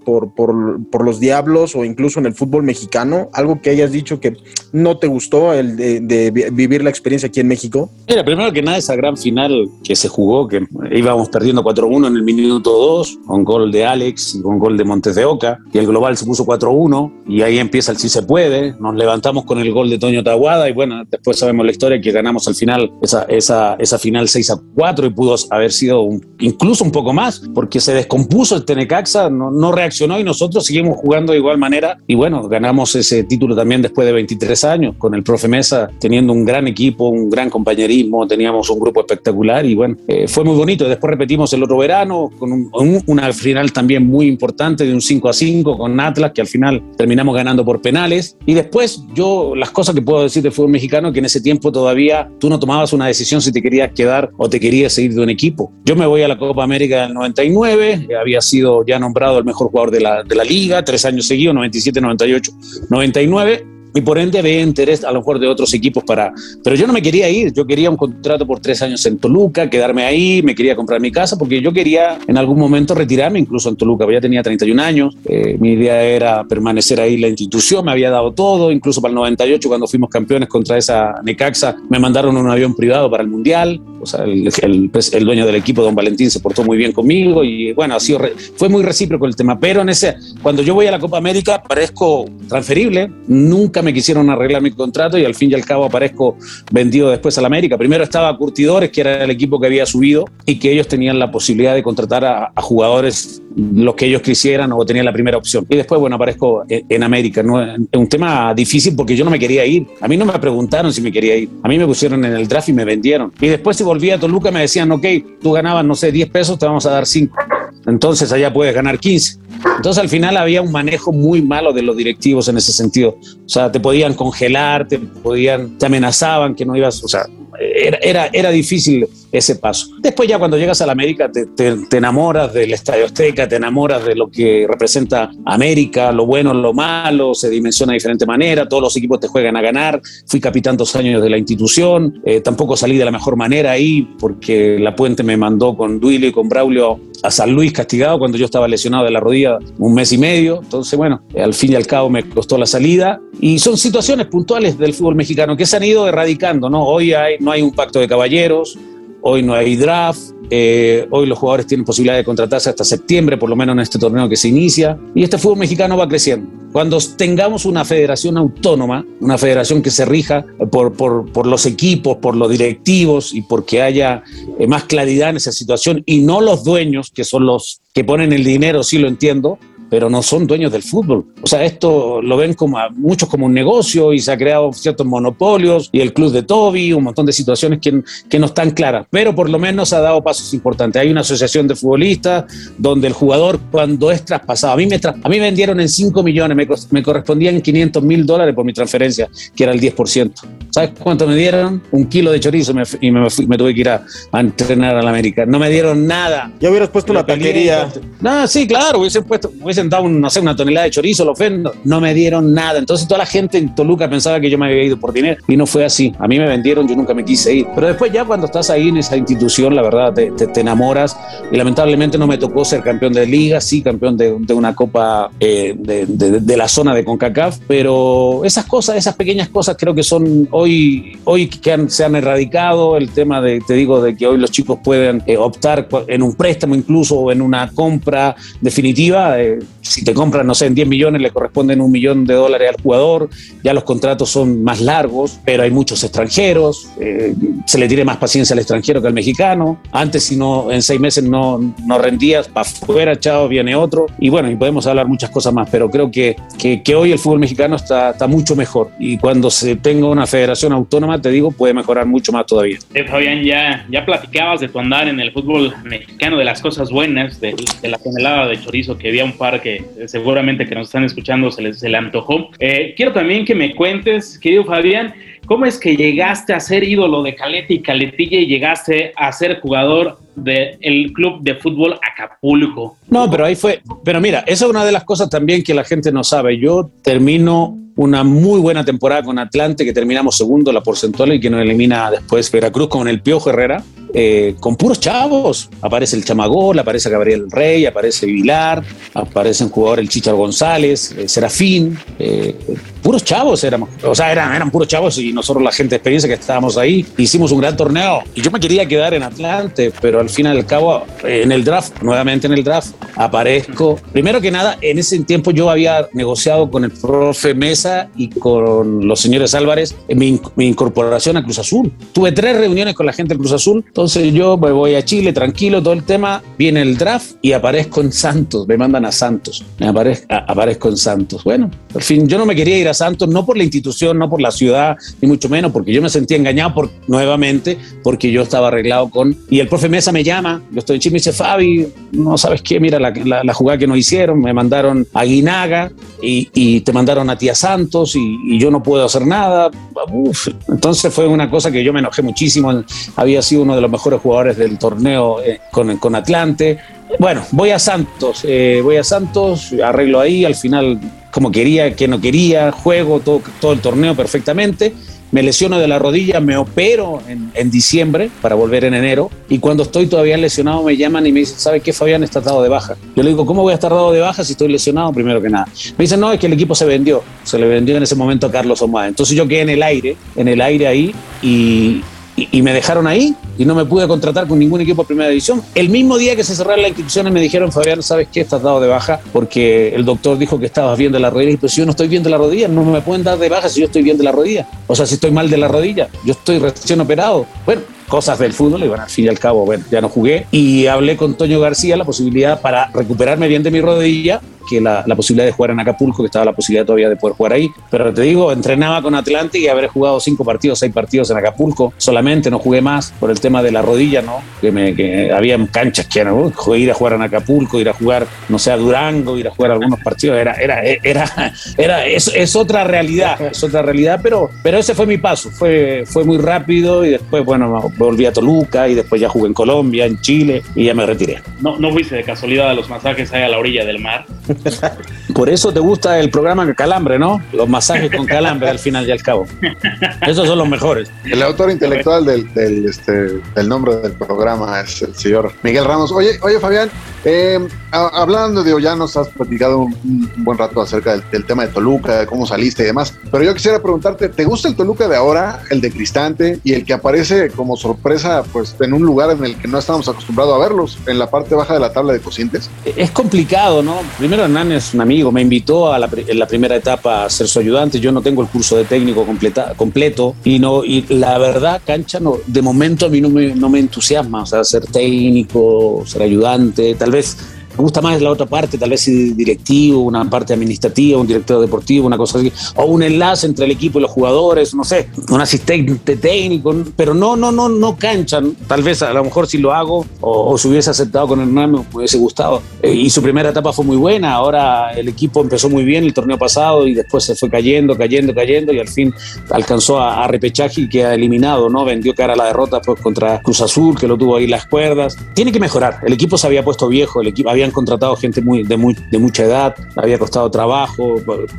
por los Diablos o incluso en el fútbol mexicano? ¿Algo que hayas dicho que no te gustó el de vivir la experiencia aquí en México? Mira, primero que nada, esa gran final que se jugó, que íbamos perdiendo 4-1 en el minuto 2, con gol de Alex y con gol de Montes de Oca, y el global se puso 4-1, y ahí empieza el sí se puede, nos levantamos con el gol de Toño Tahuada, y bueno, después sabemos la historia, que ganamos al final esa final 6-4, y pudo haber sido incluso un poco más, porque se descompuso el Necaxa, no reaccionó, y nosotros seguimos jugando de igual manera, y bueno, ganamos ese título también después de 23 años, con el profe Mesa teniendo un gran equipo, un gran compañerismo, teníamos un grupo espectacular, y bueno, fue muy bonito. Después repetimos el otro verano con una final también muy importante de un 5-5 con Atlas, que al final terminamos ganando por penales. Y después las cosas que puedo decir del fútbol mexicano, que en ese tiempo todavía tú no tomabas una decisión si te querías quedar o te querías seguir de un equipo. Yo me voy a la Copa América del 99, había sido ya nombrado el mejor jugador de la liga, 3 años seguidos, 97, 98, 99, y por ende había interés a lo mejor de otros equipos pero yo no me quería ir, yo quería un contrato por 3 años en Toluca, quedarme ahí, me quería comprar mi casa, porque yo quería en algún momento retirarme incluso en Toluca, ya tenía 31 años, mi idea era permanecer ahí en la institución, me había dado todo, incluso para el 98 cuando fuimos campeones contra esa Necaxa, me mandaron un avión privado para el Mundial, o sea, el dueño del equipo, don Valentín, se portó muy bien conmigo, y bueno, fue muy recíproco el tema, pero cuando yo voy a la Copa América parezco transferible, nunca me quisieron arreglar mi contrato, y al fin y al cabo aparezco vendido después a la América. Primero estaba Curtidores, que era el equipo que había subido y que ellos tenían la posibilidad de contratar a jugadores los que ellos quisieran, o tenían la primera opción. Y después, bueno, aparezco en América. ¿No? Es un tema difícil porque yo no me quería ir. A mí no me preguntaron si me quería ir. A mí me pusieron en el draft y me vendieron. Y después, si volvía a Toluca, me decían, ok, tú ganabas, no sé, 10 pesos, te vamos a dar 5. Entonces allá puedes ganar 15. Entonces al final había un manejo muy malo de los directivos en ese sentido. O sea, te podían congelar, te amenazaban que no ibas, o sea, era difícil ese paso. Después ya cuando llegas a la América te enamoras del Estadio Azteca, te enamoras de lo que representa América, lo bueno, lo malo, se dimensiona de diferente manera, todos los equipos te juegan a ganar. Fui capitán 2 años de la institución, tampoco salí de la mejor manera ahí porque La Puente me mandó con Duilio y con Braulio a San Luis castigado cuando yo estaba lesionado de la rodilla 1 mes y medio. Entonces, bueno, al fin y al cabo me costó la salida. Y son situaciones puntuales del fútbol mexicano que se han ido erradicando, ¿no? Hoy no hay un pacto de caballeros, hoy no hay draft, hoy los jugadores tienen posibilidad de contratarse hasta septiembre, por lo menos en este torneo que se inicia, y este fútbol mexicano va creciendo. Cuando tengamos una federación autónoma, una federación que se rija por los equipos, por los directivos, y porque haya más claridad en esa situación, y no los dueños, que son los que ponen el dinero, sí lo entiendo, pero no son dueños del fútbol. O sea, esto lo ven como a muchos como un negocio y se ha creado ciertos monopolios y el club de Toby, un montón de situaciones que no están claras, pero por lo menos ha dado pasos importantes. Hay una asociación de futbolistas donde el jugador, cuando es traspasado, a mí me vendieron en 5 millones, me correspondían $500,000 por mi transferencia, que era el 10%. ¿Sabes cuánto me dieron? 1 kilo de chorizo y me tuve que ir a entrenar a la América. No me dieron nada. Ya hubieras puesto una taquería. No, sí, claro, hubiesen dado una tonelada de chorizo, lo ofendo. No me dieron nada. Entonces toda la gente en Toluca pensaba que yo me había ido por dinero y no fue así. A mí me vendieron, yo nunca me quise ir. Pero después ya cuando estás ahí en esa institución, la verdad, te enamoras. Y lamentablemente no me tocó ser campeón de liga, sí, campeón de una copa de la zona de CONCACAF, pero esas cosas, esas pequeñas cosas creo que son hoy que se han erradicado. El tema de que hoy los chicos pueden optar en un préstamo incluso o en una compra definitiva. Si te compran, no sé, en 10 millones le corresponden $1 millón al jugador. Ya los contratos son más largos, pero hay muchos extranjeros. Se le tiene más paciencia al extranjero que al mexicano. Antes, si no, en 6 meses no rendías, para afuera, chao, viene otro. Y bueno, y podemos hablar muchas cosas más, pero creo que hoy el fútbol mexicano está mucho mejor. Y cuando se tenga una federación autónoma, te digo, puede mejorar mucho más todavía. Fabián, ya platicabas de tu andar en el fútbol mexicano, de las cosas buenas, de la tonelada de chorizo, que había un par que seguramente que nos están escuchando se le antojó. Quiero también que me cuentes, querido Fabián, ¿cómo es que llegaste a ser ídolo de Caleta y Caletilla y llegaste a ser jugador del club de fútbol Acapulco? No, pero ahí fue. Pero mira, esa es una de las cosas también que la gente no sabe. Yo termino una muy buena temporada con Atlante, que terminamos segundo, la porcentual, y que nos elimina después Veracruz con el Piojo Herrera, con puros chavos. Aparece el Chamagol, aparece Gabriel Rey, aparece Vilar, aparece un jugador, el Chichar González, Serafín, puros chavos éramos. O sea, eran puros chavos, y nosotros, la gente de experiencia que estábamos ahí, hicimos un gran torneo. Y yo me quería quedar en Atlante, pero al fin y al cabo, nuevamente en el draft, aparezco. Primero que nada, en ese tiempo yo había negociado con el profe Mesa y con los señores Álvarez mi incorporación a Cruz Azul. Tuve 3 reuniones con la gente del Cruz Azul. Entonces yo me voy a Chile, tranquilo, todo el tema. Viene el draft y aparezco en Santos. Me mandan a Santos. Aparezco en Santos. Bueno, al fin, yo no me quería ir a Santos, no por la institución, no por la ciudad, ni mucho menos, porque yo me sentía engañado nuevamente, porque yo estaba arreglado con... Y el profe Mesa me llama, yo estoy en Chile, me dice, Fabi, no sabes qué, mira la jugada que nos hicieron, me mandaron a Guinaga y te mandaron a ti a Santos y yo no puedo hacer nada. Uf. Entonces fue una cosa que yo me enojé muchísimo. Había sido uno de los mejores jugadores del torneo con Atlante. Bueno, voy a Santos, arreglo ahí, al final como quería, que no quería, juego todo el torneo perfectamente. Me lesiono de la rodilla, me opero en diciembre para volver en enero, y cuando estoy todavía lesionado me llaman y me dicen, ¿sabes qué, Fabián? Estás dado de baja. Yo le digo, ¿cómo voy a estar dado de baja si estoy lesionado? Primero que nada. Me dicen, no, es que el equipo se le vendió en ese momento a Carlos Ahumada. Entonces yo quedé en el aire ahí, y me dejaron ahí y no me pude contratar con ningún equipo de primera división. El mismo día que se cerraron las instituciones me dijeron, Fabián, ¿sabes qué? Estás dado de baja porque el doctor dijo que estabas bien de la rodilla. Y pues si yo no estoy bien de la rodilla, no me pueden dar de baja si yo estoy bien de la rodilla. O sea, si estoy mal de la rodilla, yo estoy recién operado. Bueno, cosas del fútbol, y bueno, al fin y al cabo, bueno, ya no jugué. Y hablé con Toño García la posibilidad para recuperarme bien de mi rodilla, que la posibilidad de jugar en Acapulco, que estaba la posibilidad todavía de poder jugar ahí. Pero te digo, entrenaba con Atlante y habré jugado 5 partidos, 6 partidos en Acapulco. Solamente no jugué más por el tema de la rodilla, ¿no? Que había canchas que eran, ir a jugar en Acapulco, ir a jugar, no sé, a Durango, ir a jugar algunos partidos. Es otra realidad, pero ese fue mi paso. Fue muy rápido, y después, bueno, volví a Toluca y después ya jugué en Colombia, en Chile, y ya me retiré. ¿No fuiste de casualidad a los masajes ahí a la orilla del mar? Por eso te gusta el programa Calambre, ¿no? Los masajes con calambre al final y al cabo. Esos son los mejores. El autor intelectual del nombre del programa es el señor Miguel Ramos. Oye, Fabián, hablando de, ya nos has platicado un buen rato acerca del tema de Toluca, de cómo saliste y demás, pero yo quisiera preguntarte, ¿te gusta el Toluca de ahora, el de Cristante, y el que aparece como sorpresa, pues, en un lugar en el que no estábamos acostumbrados a verlos, en la parte baja de la tabla de cocientes? Es complicado, ¿no? Primero, Hernán es un amigo, me invitó en la primera etapa a ser su ayudante. Yo no tengo el curso de técnico completo, y la verdad, cancha, no, de momento a mí no me entusiasma, o sea, ser técnico, ser ayudante. Tal vez Me gusta más la otra parte, tal vez directivo, una parte administrativa, un director deportivo, una cosa así, o un enlace entre el equipo y los jugadores, no sé, un asistente técnico, pero no cancha. Tal vez a lo mejor si lo hago o si hubiese aceptado con Hernán me hubiese gustado. Y su primera etapa fue muy buena, ahora el equipo empezó muy bien el torneo pasado y después se fue cayendo y al fin alcanzó a repechaje y queda eliminado, ¿no? Vendió cara a la derrota pues, contra Cruz Azul, que lo tuvo ahí las cuerdas. Tiene que mejorar, el equipo se había puesto viejo, el equipo habían contratado gente de mucha edad, había costado trabajo,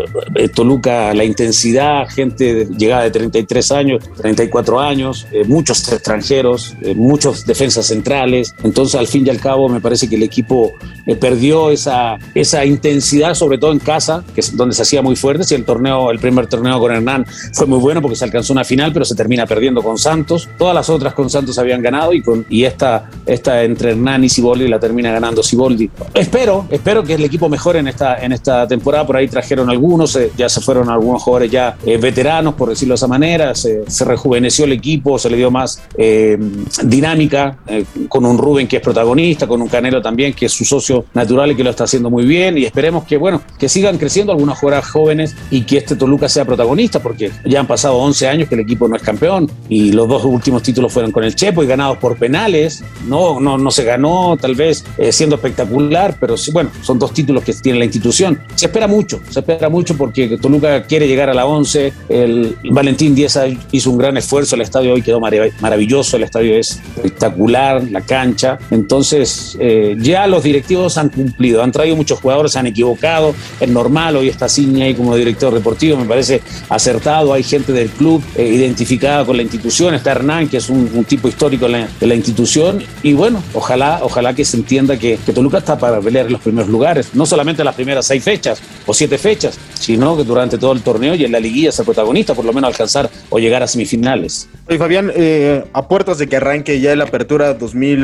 Toluca la intensidad, gente llegada de 33 años, 34 años, muchos extranjeros, muchos defensas centrales. Entonces al fin y al cabo me parece que el equipo perdió esa intensidad, sobre todo en casa, que es donde se hacía muy fuerte. Si el primer torneo con Hernán fue muy bueno porque se alcanzó una final, pero se termina perdiendo con Santos. Todas las otras con Santos habían ganado y esta entre Hernán y Siboldi la termina ganando Siboldi. Espero que el equipo mejore en esta temporada. Por ahí trajeron algunos, ya se fueron algunos jugadores ya veteranos, por decirlo de esa manera. Se rejuveneció el equipo, se le dio más dinámica, con un Rubén que es protagonista, con un Canelo también que es su socio natural y que lo está haciendo muy bien, y esperemos que sigan creciendo algunos jugadores jóvenes y que este Toluca sea protagonista, porque ya han pasado 11 años que el equipo no es campeón y los 2 últimos títulos fueron con el Chepo y ganados por penales. No se ganó tal vez siendo espectacular, pero sí, bueno, son 2 títulos que tiene la institución. Se espera mucho porque Toluca quiere llegar a la 11. El Valentín Dieza hizo un gran esfuerzo, el estadio hoy quedó maravilloso, el estadio es espectacular, la cancha. Entonces ya los directivos han cumplido, han traído muchos jugadores, se han equivocado, es normal. Hoy está Ciña ahí como director deportivo, me parece acertado. Hay gente del club identificada con la institución, está Hernán, que es un tipo histórico de la institución, y bueno, ojalá que se entienda que Toluca está para pelear en los primeros lugares, no solamente las primeras 6 fechas o 7 fechas, sino que durante todo el torneo y en la liguilla ser protagonista, por lo menos alcanzar o llegar a semifinales. Oye, Fabián, a puertas de que arranque ya la apertura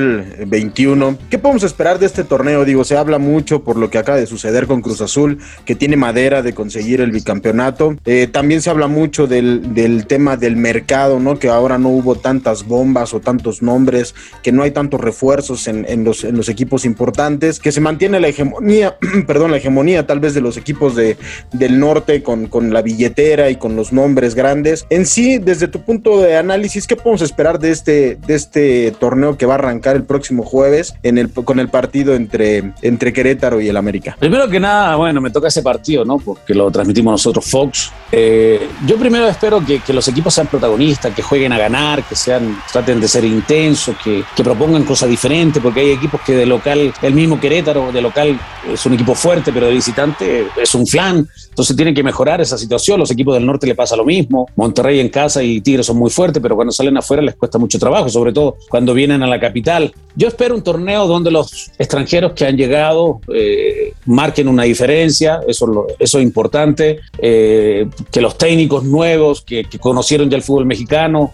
2021, ¿qué podemos esperar de este torneo? Digo, se habla mucho por lo que acaba de suceder con Cruz Azul, que tiene madera de conseguir el bicampeonato. También se habla mucho del tema del mercado, ¿no? Que ahora no hubo tantas bombas o tantos nombres, que no hay tantos refuerzos en los equipos importantes, que se mantiene la hegemonía, la hegemonía tal vez de los equipos del norte con la billetera y con los nombres grandes. En sí, desde tu punto de análisis, ¿qué podemos esperar de este torneo que va a arrancar el próximo jueves con el partido entre Querétaro y el América? Primero que nada, bueno, me toca ese partido, ¿no? Porque lo transmitimos nosotros Fox. Yo primero espero que los equipos sean protagonistas, que jueguen a ganar, que traten de ser intensos, que propongan cosas diferentes, porque hay equipos que de local, el mismo Querétaro de local es un equipo fuerte, pero de visitante es un flan. Entonces tienen que mejorar esa situación. Los equipos del norte le pasa lo mismo. Monterrey en casa y Tigres son muy fuertes, pero cuando salen afuera les cuesta mucho trabajo, sobre todo cuando vienen a la capital. Yo espero un torneo donde los extranjeros que han llegado marquen una diferencia, eso es importante, que los técnicos nuevos que conocieron ya el fútbol mexicano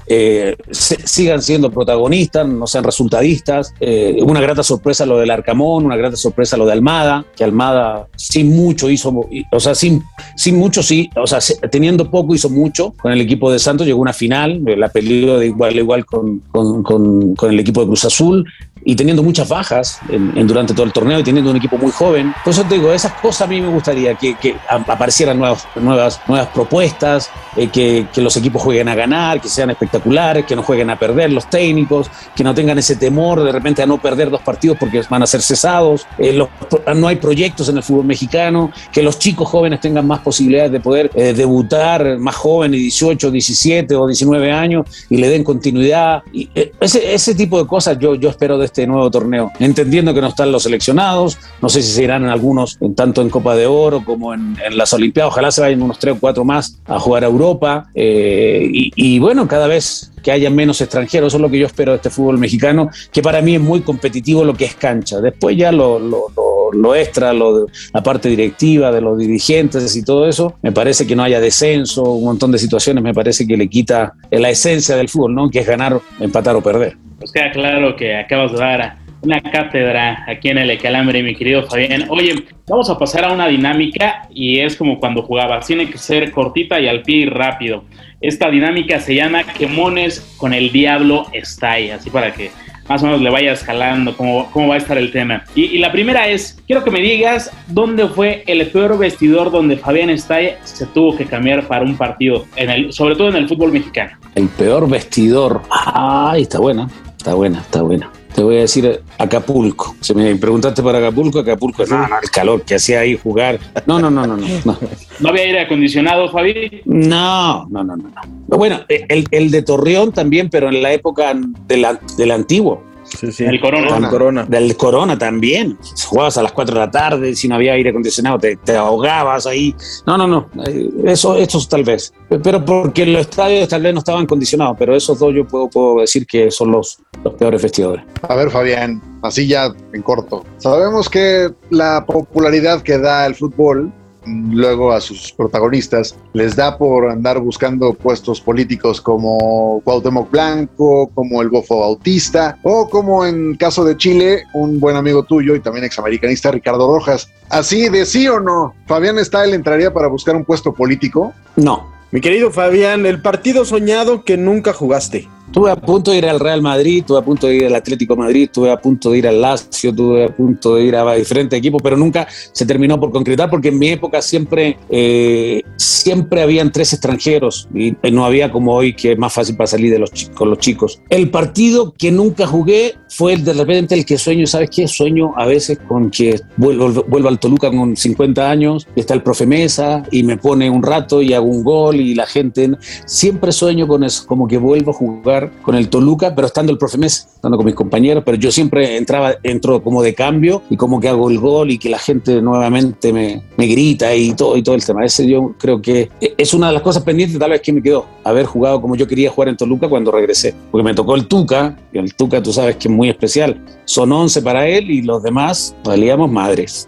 sigan siendo protagonistas, no sean resultadistas. Una grata sorpresa lo del Arcamón, una grata sorpresa lo de Almada, que Almada sin mucho hizo, o sea, sin mucho sí, o sea, teniendo poco hizo mucho con el equipo de Santos, llegó a una final, la peleó de igual a igual con el equipo de Cruz Azul, y teniendo muchas bajas durante todo el torneo y teniendo un equipo muy joven. Por eso te digo, esas cosas a mí me gustaría que aparecieran nuevas propuestas, que los equipos jueguen a ganar, que sean espectaculares, que no jueguen a perder los técnicos, que no tengan ese temor de repente a no perder 2 partidos porque van a ser cesados. No hay proyectos en el fútbol mexicano, que los chicos jóvenes tengan más posibilidades de poder debutar más jóvenes, 18, 17 o 19 años, y le den continuidad. Y ese tipo de cosas yo espero de este nuevo torneo, entendiendo que no están los seleccionados, no sé si se irán en algunos tanto en Copa de Oro como en las Olimpiadas, ojalá se vayan unos 3 o 4 más a jugar a Europa, y bueno, cada vez que haya menos extranjeros, eso es lo que yo espero de este fútbol mexicano, que para mí es muy competitivo lo que es cancha. Después ya lo extra, la parte directiva de los dirigentes y todo eso, me parece que no haya descenso, un montón de situaciones me parece que le quita la esencia del fútbol, ¿no? Que es ganar, empatar o perder. Pues queda claro que acabas de dar una cátedra aquí en el Calambre, mi querido Fabián. Oye, vamos a pasar a una dinámica y es como cuando jugabas, tiene que ser cortita y al pie y rápido. Esta dinámica se llama Quemones con el Diablo Style, así para que más o menos le vaya escalando cómo va a estar el tema. Y la primera es, quiero que me digas dónde fue el peor vestidor donde Fabián Stay se tuvo que cambiar para un partido, sobre todo en el fútbol mexicano. El peor vestidor. Ay, está buena. Te voy a decir Acapulco. Si me preguntaste por Acapulco, el calor que hacía ahí jugar. No. ¿No había aire acondicionado, Fabi? No. Bueno, el de Torreón también, pero en la época del antiguo. Sí. El Corona. Del Corona también. Jugabas a las 4 de la tarde, si no había aire acondicionado, te ahogabas ahí. No. Eso tal vez. Pero porque los estadios tal vez no estaban acondicionados, pero esos dos yo puedo decir que son los peores vestidores. A ver, Fabián, así ya en corto. Sabemos que la popularidad que da el fútbol luego a sus protagonistas les da por andar buscando puestos políticos como Cuauhtémoc Blanco, como el Bofo Bautista, o como en caso de Chile, un buen amigo tuyo y también examericanista, Ricardo Rojas. Así de sí o no, ¿Fabián Stay entraría para buscar un puesto político? No. Mi querido Fabián, el partido soñado que nunca jugaste. Estuve a punto de ir al Real Madrid, estuve a punto de ir al Atlético de Madrid, estuve a punto de ir al Lazio, estuve a punto de ir a diferentes equipos, pero nunca se terminó por concretar porque en mi época siempre habían 3 extranjeros y no había como hoy que es más fácil para salir con los chicos. El partido que nunca jugué fue de repente el que sueño, ¿sabes qué? Sueño a veces con que vuelvo al Toluca con 50 años y está el profe Mesa y me pone un rato y hago un gol y la gente... Siempre sueño con eso, como que vuelvo a jugar con el Toluca, pero estando el profe Mesa, estando con mis compañeros, pero yo siempre entro como de cambio y como que hago el gol y que la gente nuevamente me grita y todo el tema. Ese yo creo que es una de las cosas pendientes tal vez que me quedó, haber jugado como yo quería jugar en Toluca cuando regresé, porque me tocó el Tuca, y el Tuca tú sabes que es muy especial, son 11 para él y los demás valíamos madres.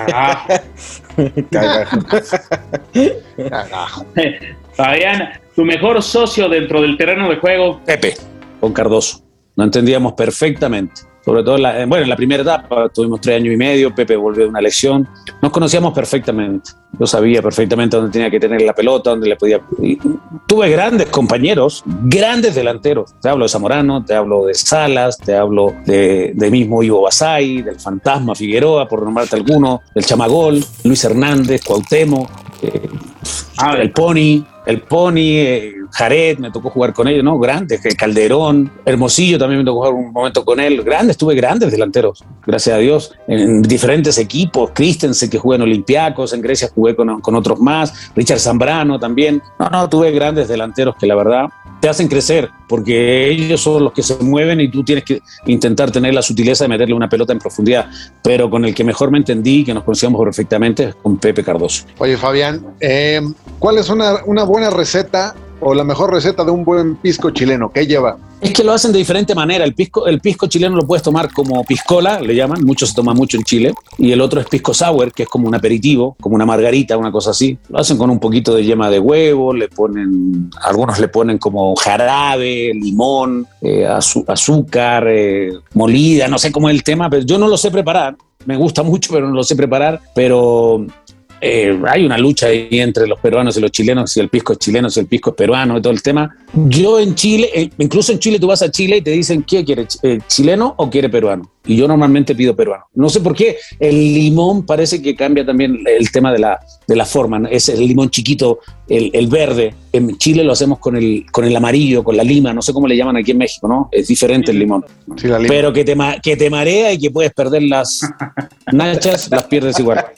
Fabián, tu mejor socio dentro del terreno de juego. Pepe, con Cardoso. Nos entendíamos perfectamente. Sobre todo en la primera etapa, tuvimos 3 años y medio, Pepe volvió de una lesión. Nos conocíamos perfectamente. Yo sabía perfectamente dónde tenía que tener la pelota, dónde le podía... Y tuve grandes compañeros, grandes delanteros. Te hablo de Zamorano, te hablo de Salas, te hablo de mismo Ivo Basay, del Fantasma Figueroa, por nombrarte alguno, del Chamagol, Luis Hernández, Cuauhtémoc, el Pony, Jared, me tocó jugar con ellos, ¿no? Grandes, Calderón, Hermosillo también me tocó jugar un momento con él. Tuve grandes delanteros, gracias a Dios, en diferentes equipos. Christensen, que jugué en Olympiacos, en Grecia jugué con otros más, Richard Zambrano también. Tuve grandes delanteros que la verdad te hacen crecer, porque ellos son los que se mueven y tú tienes que intentar tener la sutileza de meterle una pelota en profundidad, pero con el que mejor me entendí, que nos conocíamos perfectamente, es con Pepe Cardoso. Oye, Fabián, ¿cuál es una buena receta o la mejor receta de un buen pisco chileno? ¿Qué lleva? Es que lo hacen de diferente manera. El pisco chileno lo puedes tomar como piscola, le llaman, mucho se toma mucho en Chile, y el otro es pisco sour, que es como un aperitivo, como una margarita, una cosa así. Lo hacen con un poquito de yema de huevo, algunos le ponen como jarabe, limón, azúcar, molida, no sé cómo es el tema, pero yo no lo sé preparar. Me gusta mucho, pero no lo sé preparar, pero... hay una lucha ahí entre los peruanos y los chilenos, si el pisco es chileno, si el pisco es peruano y todo el tema. Yo en Chile, incluso en Chile tú vas a Chile y te dicen ¿qué quiere, chileno o quiere peruano? Y yo normalmente pido peruano. No sé por qué, el limón parece que cambia también el tema de la forma, ¿no? Es el limón chiquito, el verde. En Chile lo hacemos con el amarillo, con la lima, no sé cómo le llaman aquí en México, ¿no? Es diferente el limón. Sí, la lima. Pero que te marea y que puedes perder las nachas, las pierdes igual.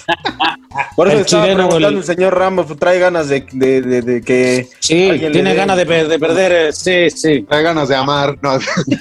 Por eso estaba preguntando el señor Ramos, trae ganas de que... Sí, tiene ganas de perder, sí. Trae ganas de amar, no.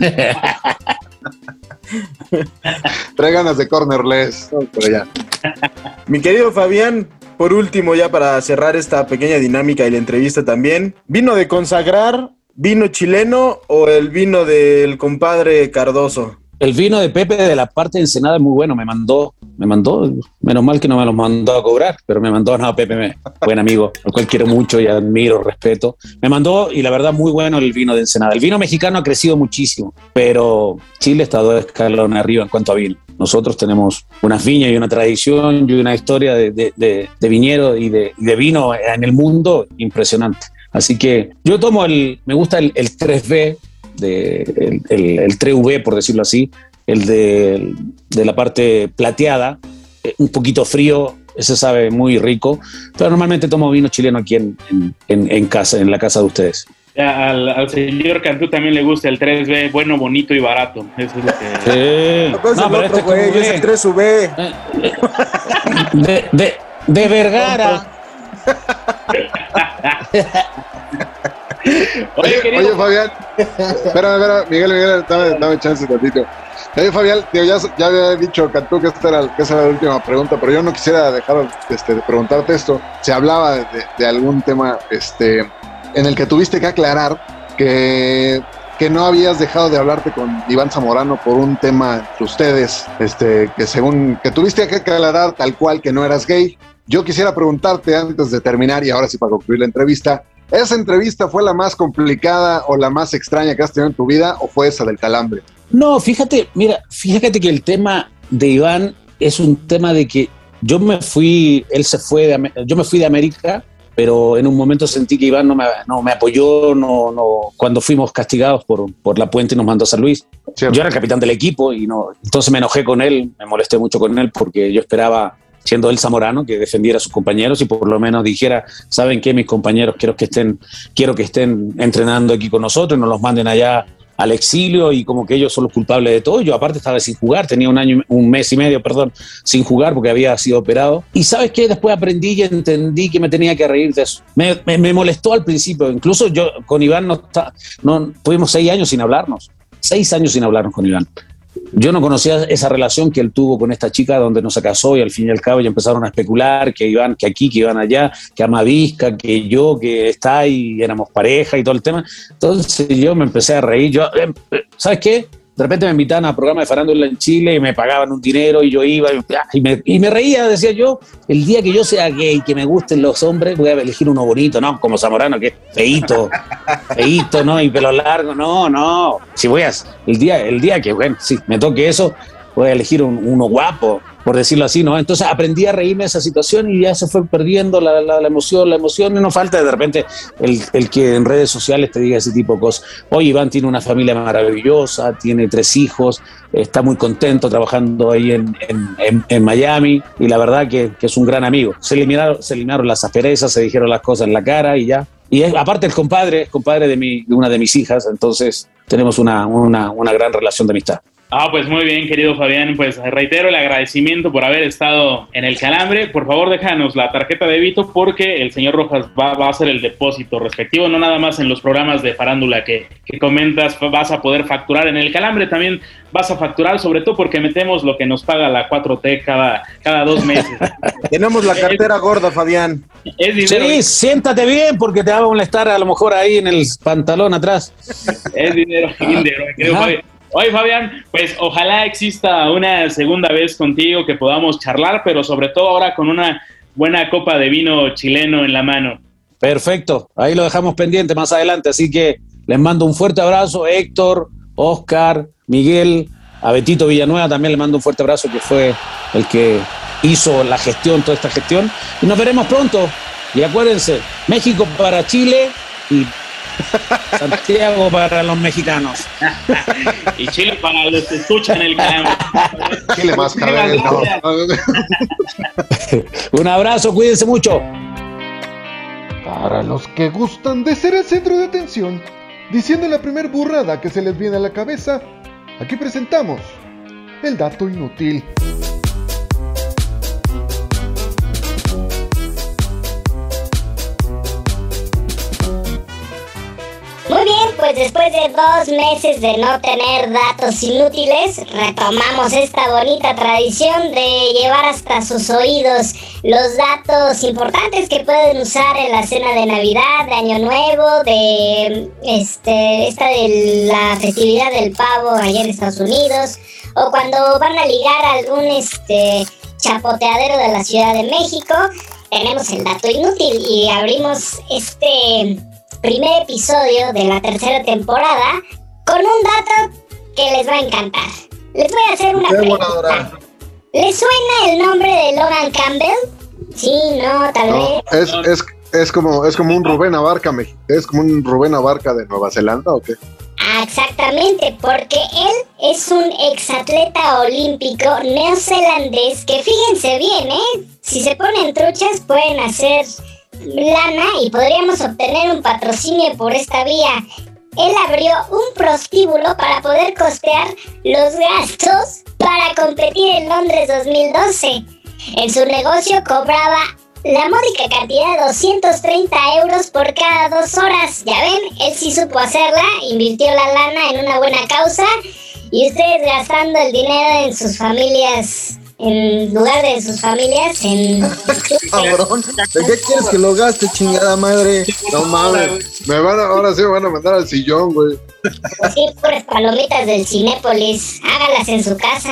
Trae ganas de cornerless, pero ya. Mi querido Fabián, por último, ya para cerrar esta pequeña dinámica y la entrevista también, ¿vino de consagrar, vino chileno o el vino del compadre Cardoso? El vino de Pepe de la parte de Ensenada es muy bueno, me mandó, menos mal que no me lo mandó a cobrar, pero me mandó, Pepe, buen amigo, al cual quiero mucho y admiro, respeto. Me mandó, y la verdad, muy bueno el vino de Ensenada. El vino mexicano ha crecido muchísimo, pero Chile está 2 escalones arriba en cuanto a vino. Nosotros tenemos unas viñas y una tradición y una historia de viñedo y de vino en el mundo impresionante. Así que yo tomo me gusta el 3B, el 3V, por decirlo así, el de la parte plateada, un poquito frío, ese sabe muy rico, pero normalmente tomo vino chileno aquí en casa, en la casa de ustedes. Al señor Cantú también le gusta el 3B, bueno, bonito y barato. Eso es lo que... Sí. No, pero este güey, es el 3V. De Vergara. Oye, Fabián. Espera, Miguel, dame chance un ratito. Oye, Fabián, ya había dicho Cantú que esa era la última pregunta, pero yo no quisiera dejar de preguntarte esto. Se hablaba de algún tema en el que tuviste que aclarar que no habías dejado de hablarte con Iván Zamorano por un tema entre ustedes, que tuviste que aclarar tal cual que no eras gay. Yo quisiera preguntarte antes de terminar, y ahora sí para concluir la entrevista, ¿esa entrevista fue la más complicada o la más extraña que has tenido en tu vida, o fue esa del calambre? No, fíjate que el tema de Iván es un tema de que yo me fui de América, pero en un momento sentí que Iván no me apoyó, cuando fuimos castigados por la Puente y nos mandó a San Luis. Cierto. Yo era el capitán del equipo y entonces me enojé con él, me molesté mucho con él porque yo esperaba, siendo él Zamorano, que defendiera a sus compañeros y por lo menos dijera, ¿saben qué? Mis compañeros quiero que estén entrenando aquí con nosotros y no los manden allá al exilio, y como que ellos son los culpables de todo. Yo aparte estaba sin jugar, tenía un mes y medio sin jugar porque había sido operado. Y ¿sabes qué? Después aprendí y entendí que me tenía que reír de eso. Me molestó al principio, incluso yo con Iván tuvimos 6 años sin hablarnos. 6 años sin hablarnos con Iván. Yo no conocía esa relación que él tuvo con esta chica donde no se casó, y al fin y al cabo ya empezaron a especular que Iván, que aquí, que Iván allá, que ama Vizca, que yo, que está ahí, éramos pareja y todo el tema. Entonces yo me empecé a reír. ¿Sabes qué? De repente me invitaban a programas de farándula en Chile y me pagaban un dinero y yo iba y me reía, decía yo, el día que yo sea gay, que me gusten los hombres, voy a elegir uno bonito, no como Zamorano, que es feíto, ¿no? Y pelo largo, no. Si el día que, bueno, sí, me toque eso, voy a elegir uno guapo, por decirlo así, ¿no? Entonces aprendí a reírme de esa situación y ya se fue perdiendo la emoción, y no falta de repente el que en redes sociales te diga ese tipo de cosas. Oye, Iván tiene una familia maravillosa, tiene 3 hijos, está muy contento trabajando ahí en Miami, y la verdad que es un gran amigo. Se eliminaron las asperezas, se dijeron las cosas en la cara y ya. Y aparte es compadre de una de mis hijas, entonces tenemos una gran relación de amistad. Pues muy bien, querido Fabián, pues reitero el agradecimiento por haber estado en el Calambre. Por favor, déjanos la tarjeta de débito porque el señor Rojas va a hacer el depósito respectivo, no nada más en los programas de farándula que comentas vas a poder facturar. En el Calambre también vas a facturar, sobre todo porque metemos lo que nos paga la 4T cada 2 meses. Tenemos la cartera gorda, Fabián. Sí, siéntate bien porque te va a molestar a lo mejor ahí en el pantalón atrás. Es dinero, querido Fabián. Oye, Fabián, pues ojalá exista una segunda vez contigo que podamos charlar, pero sobre todo ahora con una buena copa de vino chileno en la mano. Perfecto, ahí lo dejamos pendiente más adelante, así que les mando un fuerte abrazo, Héctor, Oscar, Miguel, a Betito Villanueva también le mando un fuerte abrazo, que fue el que hizo toda esta gestión, y nos veremos pronto. Y acuérdense, México para Chile y Santiago para los mexicanos. Y Chile para los que escuchan el Calambre. Chile más cabello. Un abrazo, cuídense mucho. Para los que gustan de ser el centro de atención, diciendo la primer burrada que se les viene a la cabeza, aquí presentamos el dato inútil. Muy bien, pues después de 2 meses de no tener datos inútiles, retomamos esta bonita tradición de llevar hasta sus oídos los datos importantes que pueden usar en la cena de Navidad, de Año Nuevo, de esta de la festividad del pavo allá en Estados Unidos, o cuando van a ligar a algún chapoteadero de la Ciudad de México. Tenemos el dato inútil y abrimos este primer episodio de la 3ª temporada con un dato que les va a encantar. Les voy a hacer una pregunta. ¿Les suena el nombre de Logan Campbell? Sí, no, tal vez. Es como un Rubén Abarca, ¿es como un Rubén Abarca de Nueva Zelanda o qué? Exactamente, porque él es un exatleta olímpico neozelandés que, fíjense bien, si se ponen truchas pueden hacer lana y podríamos obtener un patrocinio por esta vía. Él abrió un prostíbulo para poder costear los gastos para competir en Londres 2012. En su negocio cobraba la módica cantidad de 230 euros por cada 2 horas. Ya ven, él sí supo hacerla, invirtió la lana en una buena causa y ustedes gastando el dinero en sus familias, en lugar de sus familias, en... Cabrón, ¿de qué quieres que lo gaste, chingada madre? No mames, ahora sí me van a mandar al sillón, güey. Sí, puras palomitas del Cinépolis, hágalas en su casa.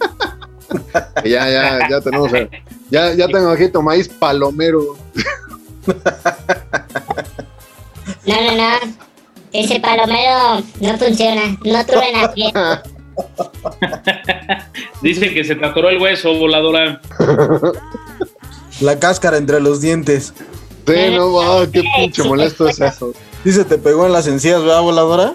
Ya tenemos, ya tengo aquí tu maíz palomero. No, ese palomero no funciona, no truena bien. Dice que se te atoró el hueso, Voladora. La cáscara entre los dientes. Sí, no, qué pinche molesto es eso. Dice, te pegó en las encías, ¿verdad, Voladora?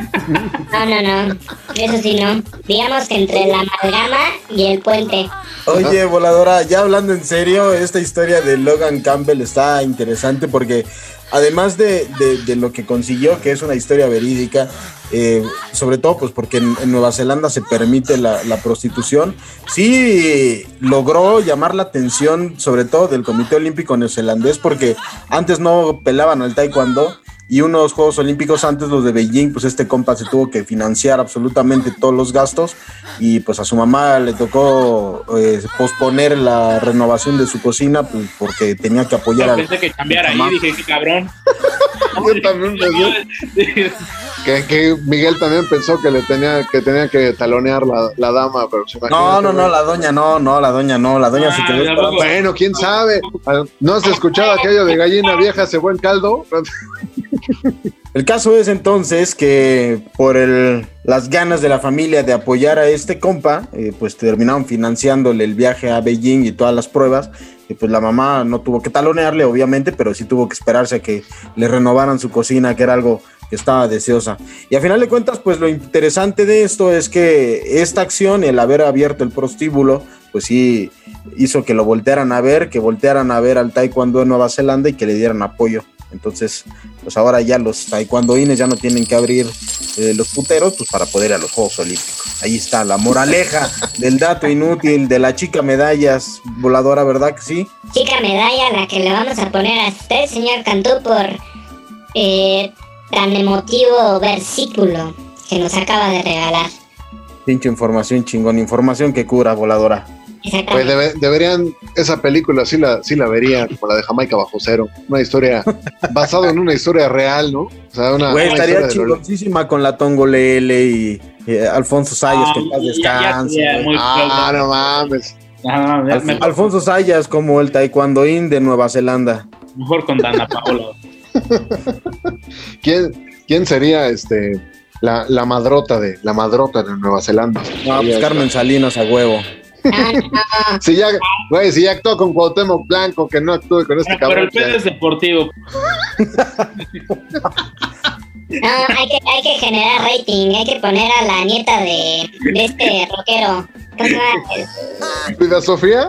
No, eso sí no. Digamos que entre la amalgama y el puente. Oye, Voladora, ya hablando en serio, esta historia de Logan Campbell está interesante porque además de lo que consiguió, que es una historia verídica, sobre todo pues porque en Nueva Zelanda se permite la prostitución, sí logró llamar la atención sobre todo del Comité Olímpico Neozelandés, porque antes no pelaban al taekwondo. Y unos Juegos Olímpicos antes, los de Beijing, pues este compa se tuvo que financiar absolutamente todos los gastos y pues a su mamá le tocó posponer la renovación de su cocina pues, porque tenía que apoyar a... Pensé que cambiara ahí, dije, qué cabrón. Yo también pensé que Miguel también pensó que tenía que talonear la dama, pero se No, la doña se quedó esperando. Bueno, quién sabe, ¿no has escuchado aquello de gallina vieja se buen caldo? El caso es entonces que por las ganas de la familia de apoyar a este compa, pues terminaron financiándole el viaje a Beijing y todas las pruebas. Y pues la mamá no tuvo que talonearle, obviamente, pero sí tuvo que esperarse a que le renovaran su cocina, que era algo que estaba deseosa. Y a final de cuentas, pues lo interesante de esto es que esta acción, el haber abierto el prostíbulo, pues sí hizo que lo voltearan a ver, al taekwondo en Nueva Zelanda y que le dieran apoyo. Entonces, pues ahora ya los taekwondoines ya no tienen que abrir los puteros pues para poder ir a los Juegos Olímpicos. Ahí está la moraleja del dato inútil de la chica medallas, Voladora, ¿verdad que sí? Chica medalla, la que le vamos a poner a usted, señor Cantú, por tan emotivo versículo que nos acaba de regalar. Pinche información chingón, información que cura, Voladora. Pues deberían, esa película sí la vería, como la de Jamaica Bajo Cero, una historia basada en una historia real, ¿no? O sea, estaría chingoncísima con la Tongolele y Alfonso Sayas, que paz descanse. No mames. Alfonso Sayas como el taekwondoín de Nueva Zelanda. Mejor con Dana Paola. ¿Quién sería la madrota de Nueva Zelanda? No, pues Carmen Salinas a huevo. Si ya actuó con Cuauhtémoc Blanco, que no actúe con este cabrón. Pero el pedo es deportivo. No, hay que generar rating, hay que poner a la nieta de este rockero. ¿Cuida Sofía?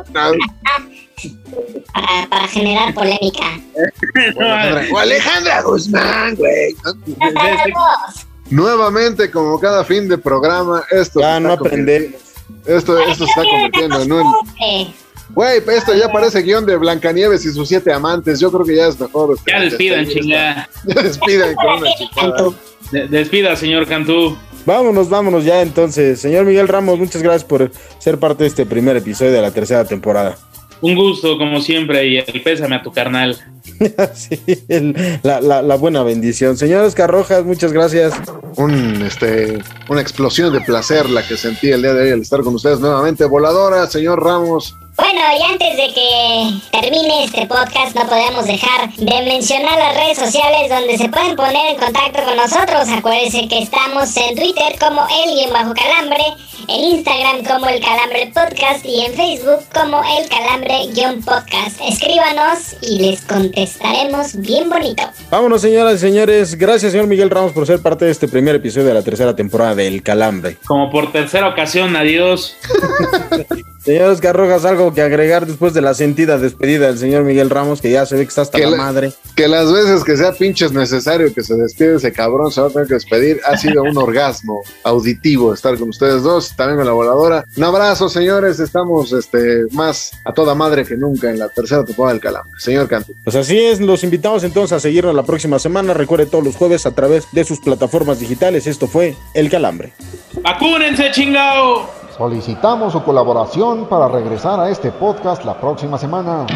Para generar polémica. O Alejandra Guzmán, güey. Nuevamente, como cada fin de programa, esto ya no aprendemos. Esto se está convirtiendo en un... Güey, esto ya parece guión de Blancanieves y sus 7 amantes. Yo creo que ya es mejor. Ya despidan, chingada. Ya despidan con una chingada. Despida, señor Cantú. Vámonos ya entonces. Señor Miguel Ramos, muchas gracias por ser parte de este primer episodio de la 3ª temporada. Un gusto, como siempre, y el pésame a tu carnal. Sí, la buena bendición. Señor Oscar Rojas, muchas gracias. Una explosión de placer la que sentí el día de hoy al estar con ustedes nuevamente. Voladora, señor Ramos. Bueno, y antes de que termine este podcast, no podemos dejar de mencionar las redes sociales donde se pueden poner en contacto con nosotros. Acuérdense que estamos en Twitter como el_calambre, en Instagram como El Calambre Podcast y en Facebook como El Calambre-Podcast. Escríbanos y les contestaremos bien bonito. Vámonos, señoras y señores. Gracias, señor Miguel Ramos, por ser parte de este primer episodio de la tercera temporada de El Calambre. Como por tercera ocasión, adiós. Señor Oscar Rojas, algo que agregar después de la sentida despedida del señor Miguel Ramos, que ya se ve que está hasta la madre. Que las veces que sea pinches necesario que se despide ese cabrón, se va a tener que despedir. Ha sido un orgasmo auditivo estar con ustedes dos, también con la voladora. Un abrazo, señores. Estamos más a toda madre que nunca en la tercera temporada del Calambre. Señor Cantu. Pues así es, los invitamos entonces a seguirnos la próxima semana. Recuerde, todos los jueves a través de sus plataformas digitales. Esto fue El Calambre. ¡Vacúnense, chingao! Solicitamos su colaboración para regresar a este podcast la próxima semana.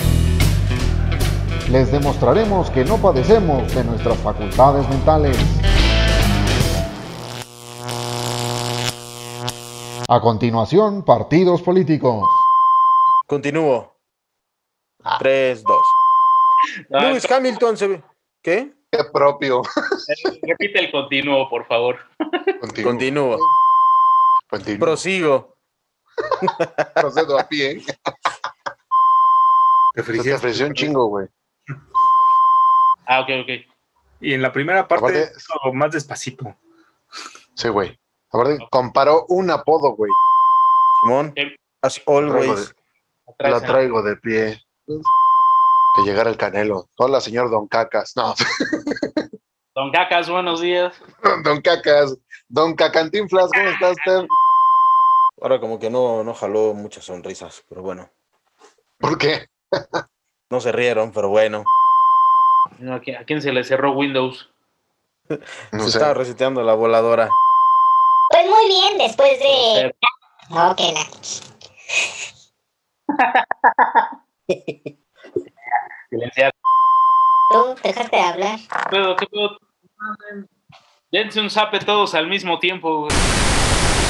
Les demostraremos que no padecemos de nuestras facultades mentales. A continuación, partidos políticos. Continúo. 3, 2. Lewis Hamilton se ve. ¿Qué? Qué propio. Repite el continuo, por favor. Continúo. Prosigo. Procedo a pie. Te ofreció un chingo, güey. Ok. Y en la primera parte, aparte, más despacito. Sí, güey. Aparte, comparó un apodo, güey. Simón, as always. La traigo de pie. Que llegara el Canelo. Hola, señor Don Cacas. No. Don Cacas, buenos días. Don Cacas. Don Cacantinflas, ¿cómo está usted? Ahora como que no jaló muchas sonrisas, pero bueno. ¿Por qué? No se rieron, pero bueno. No, ¿a quién se le cerró Windows? No se estaba reseteando la voladora. Pues muy bien, después de... Ok, Silenciar. Tú dejaste de hablar. ¿Qué puedo? Dense un zape todos al mismo tiempo, güey.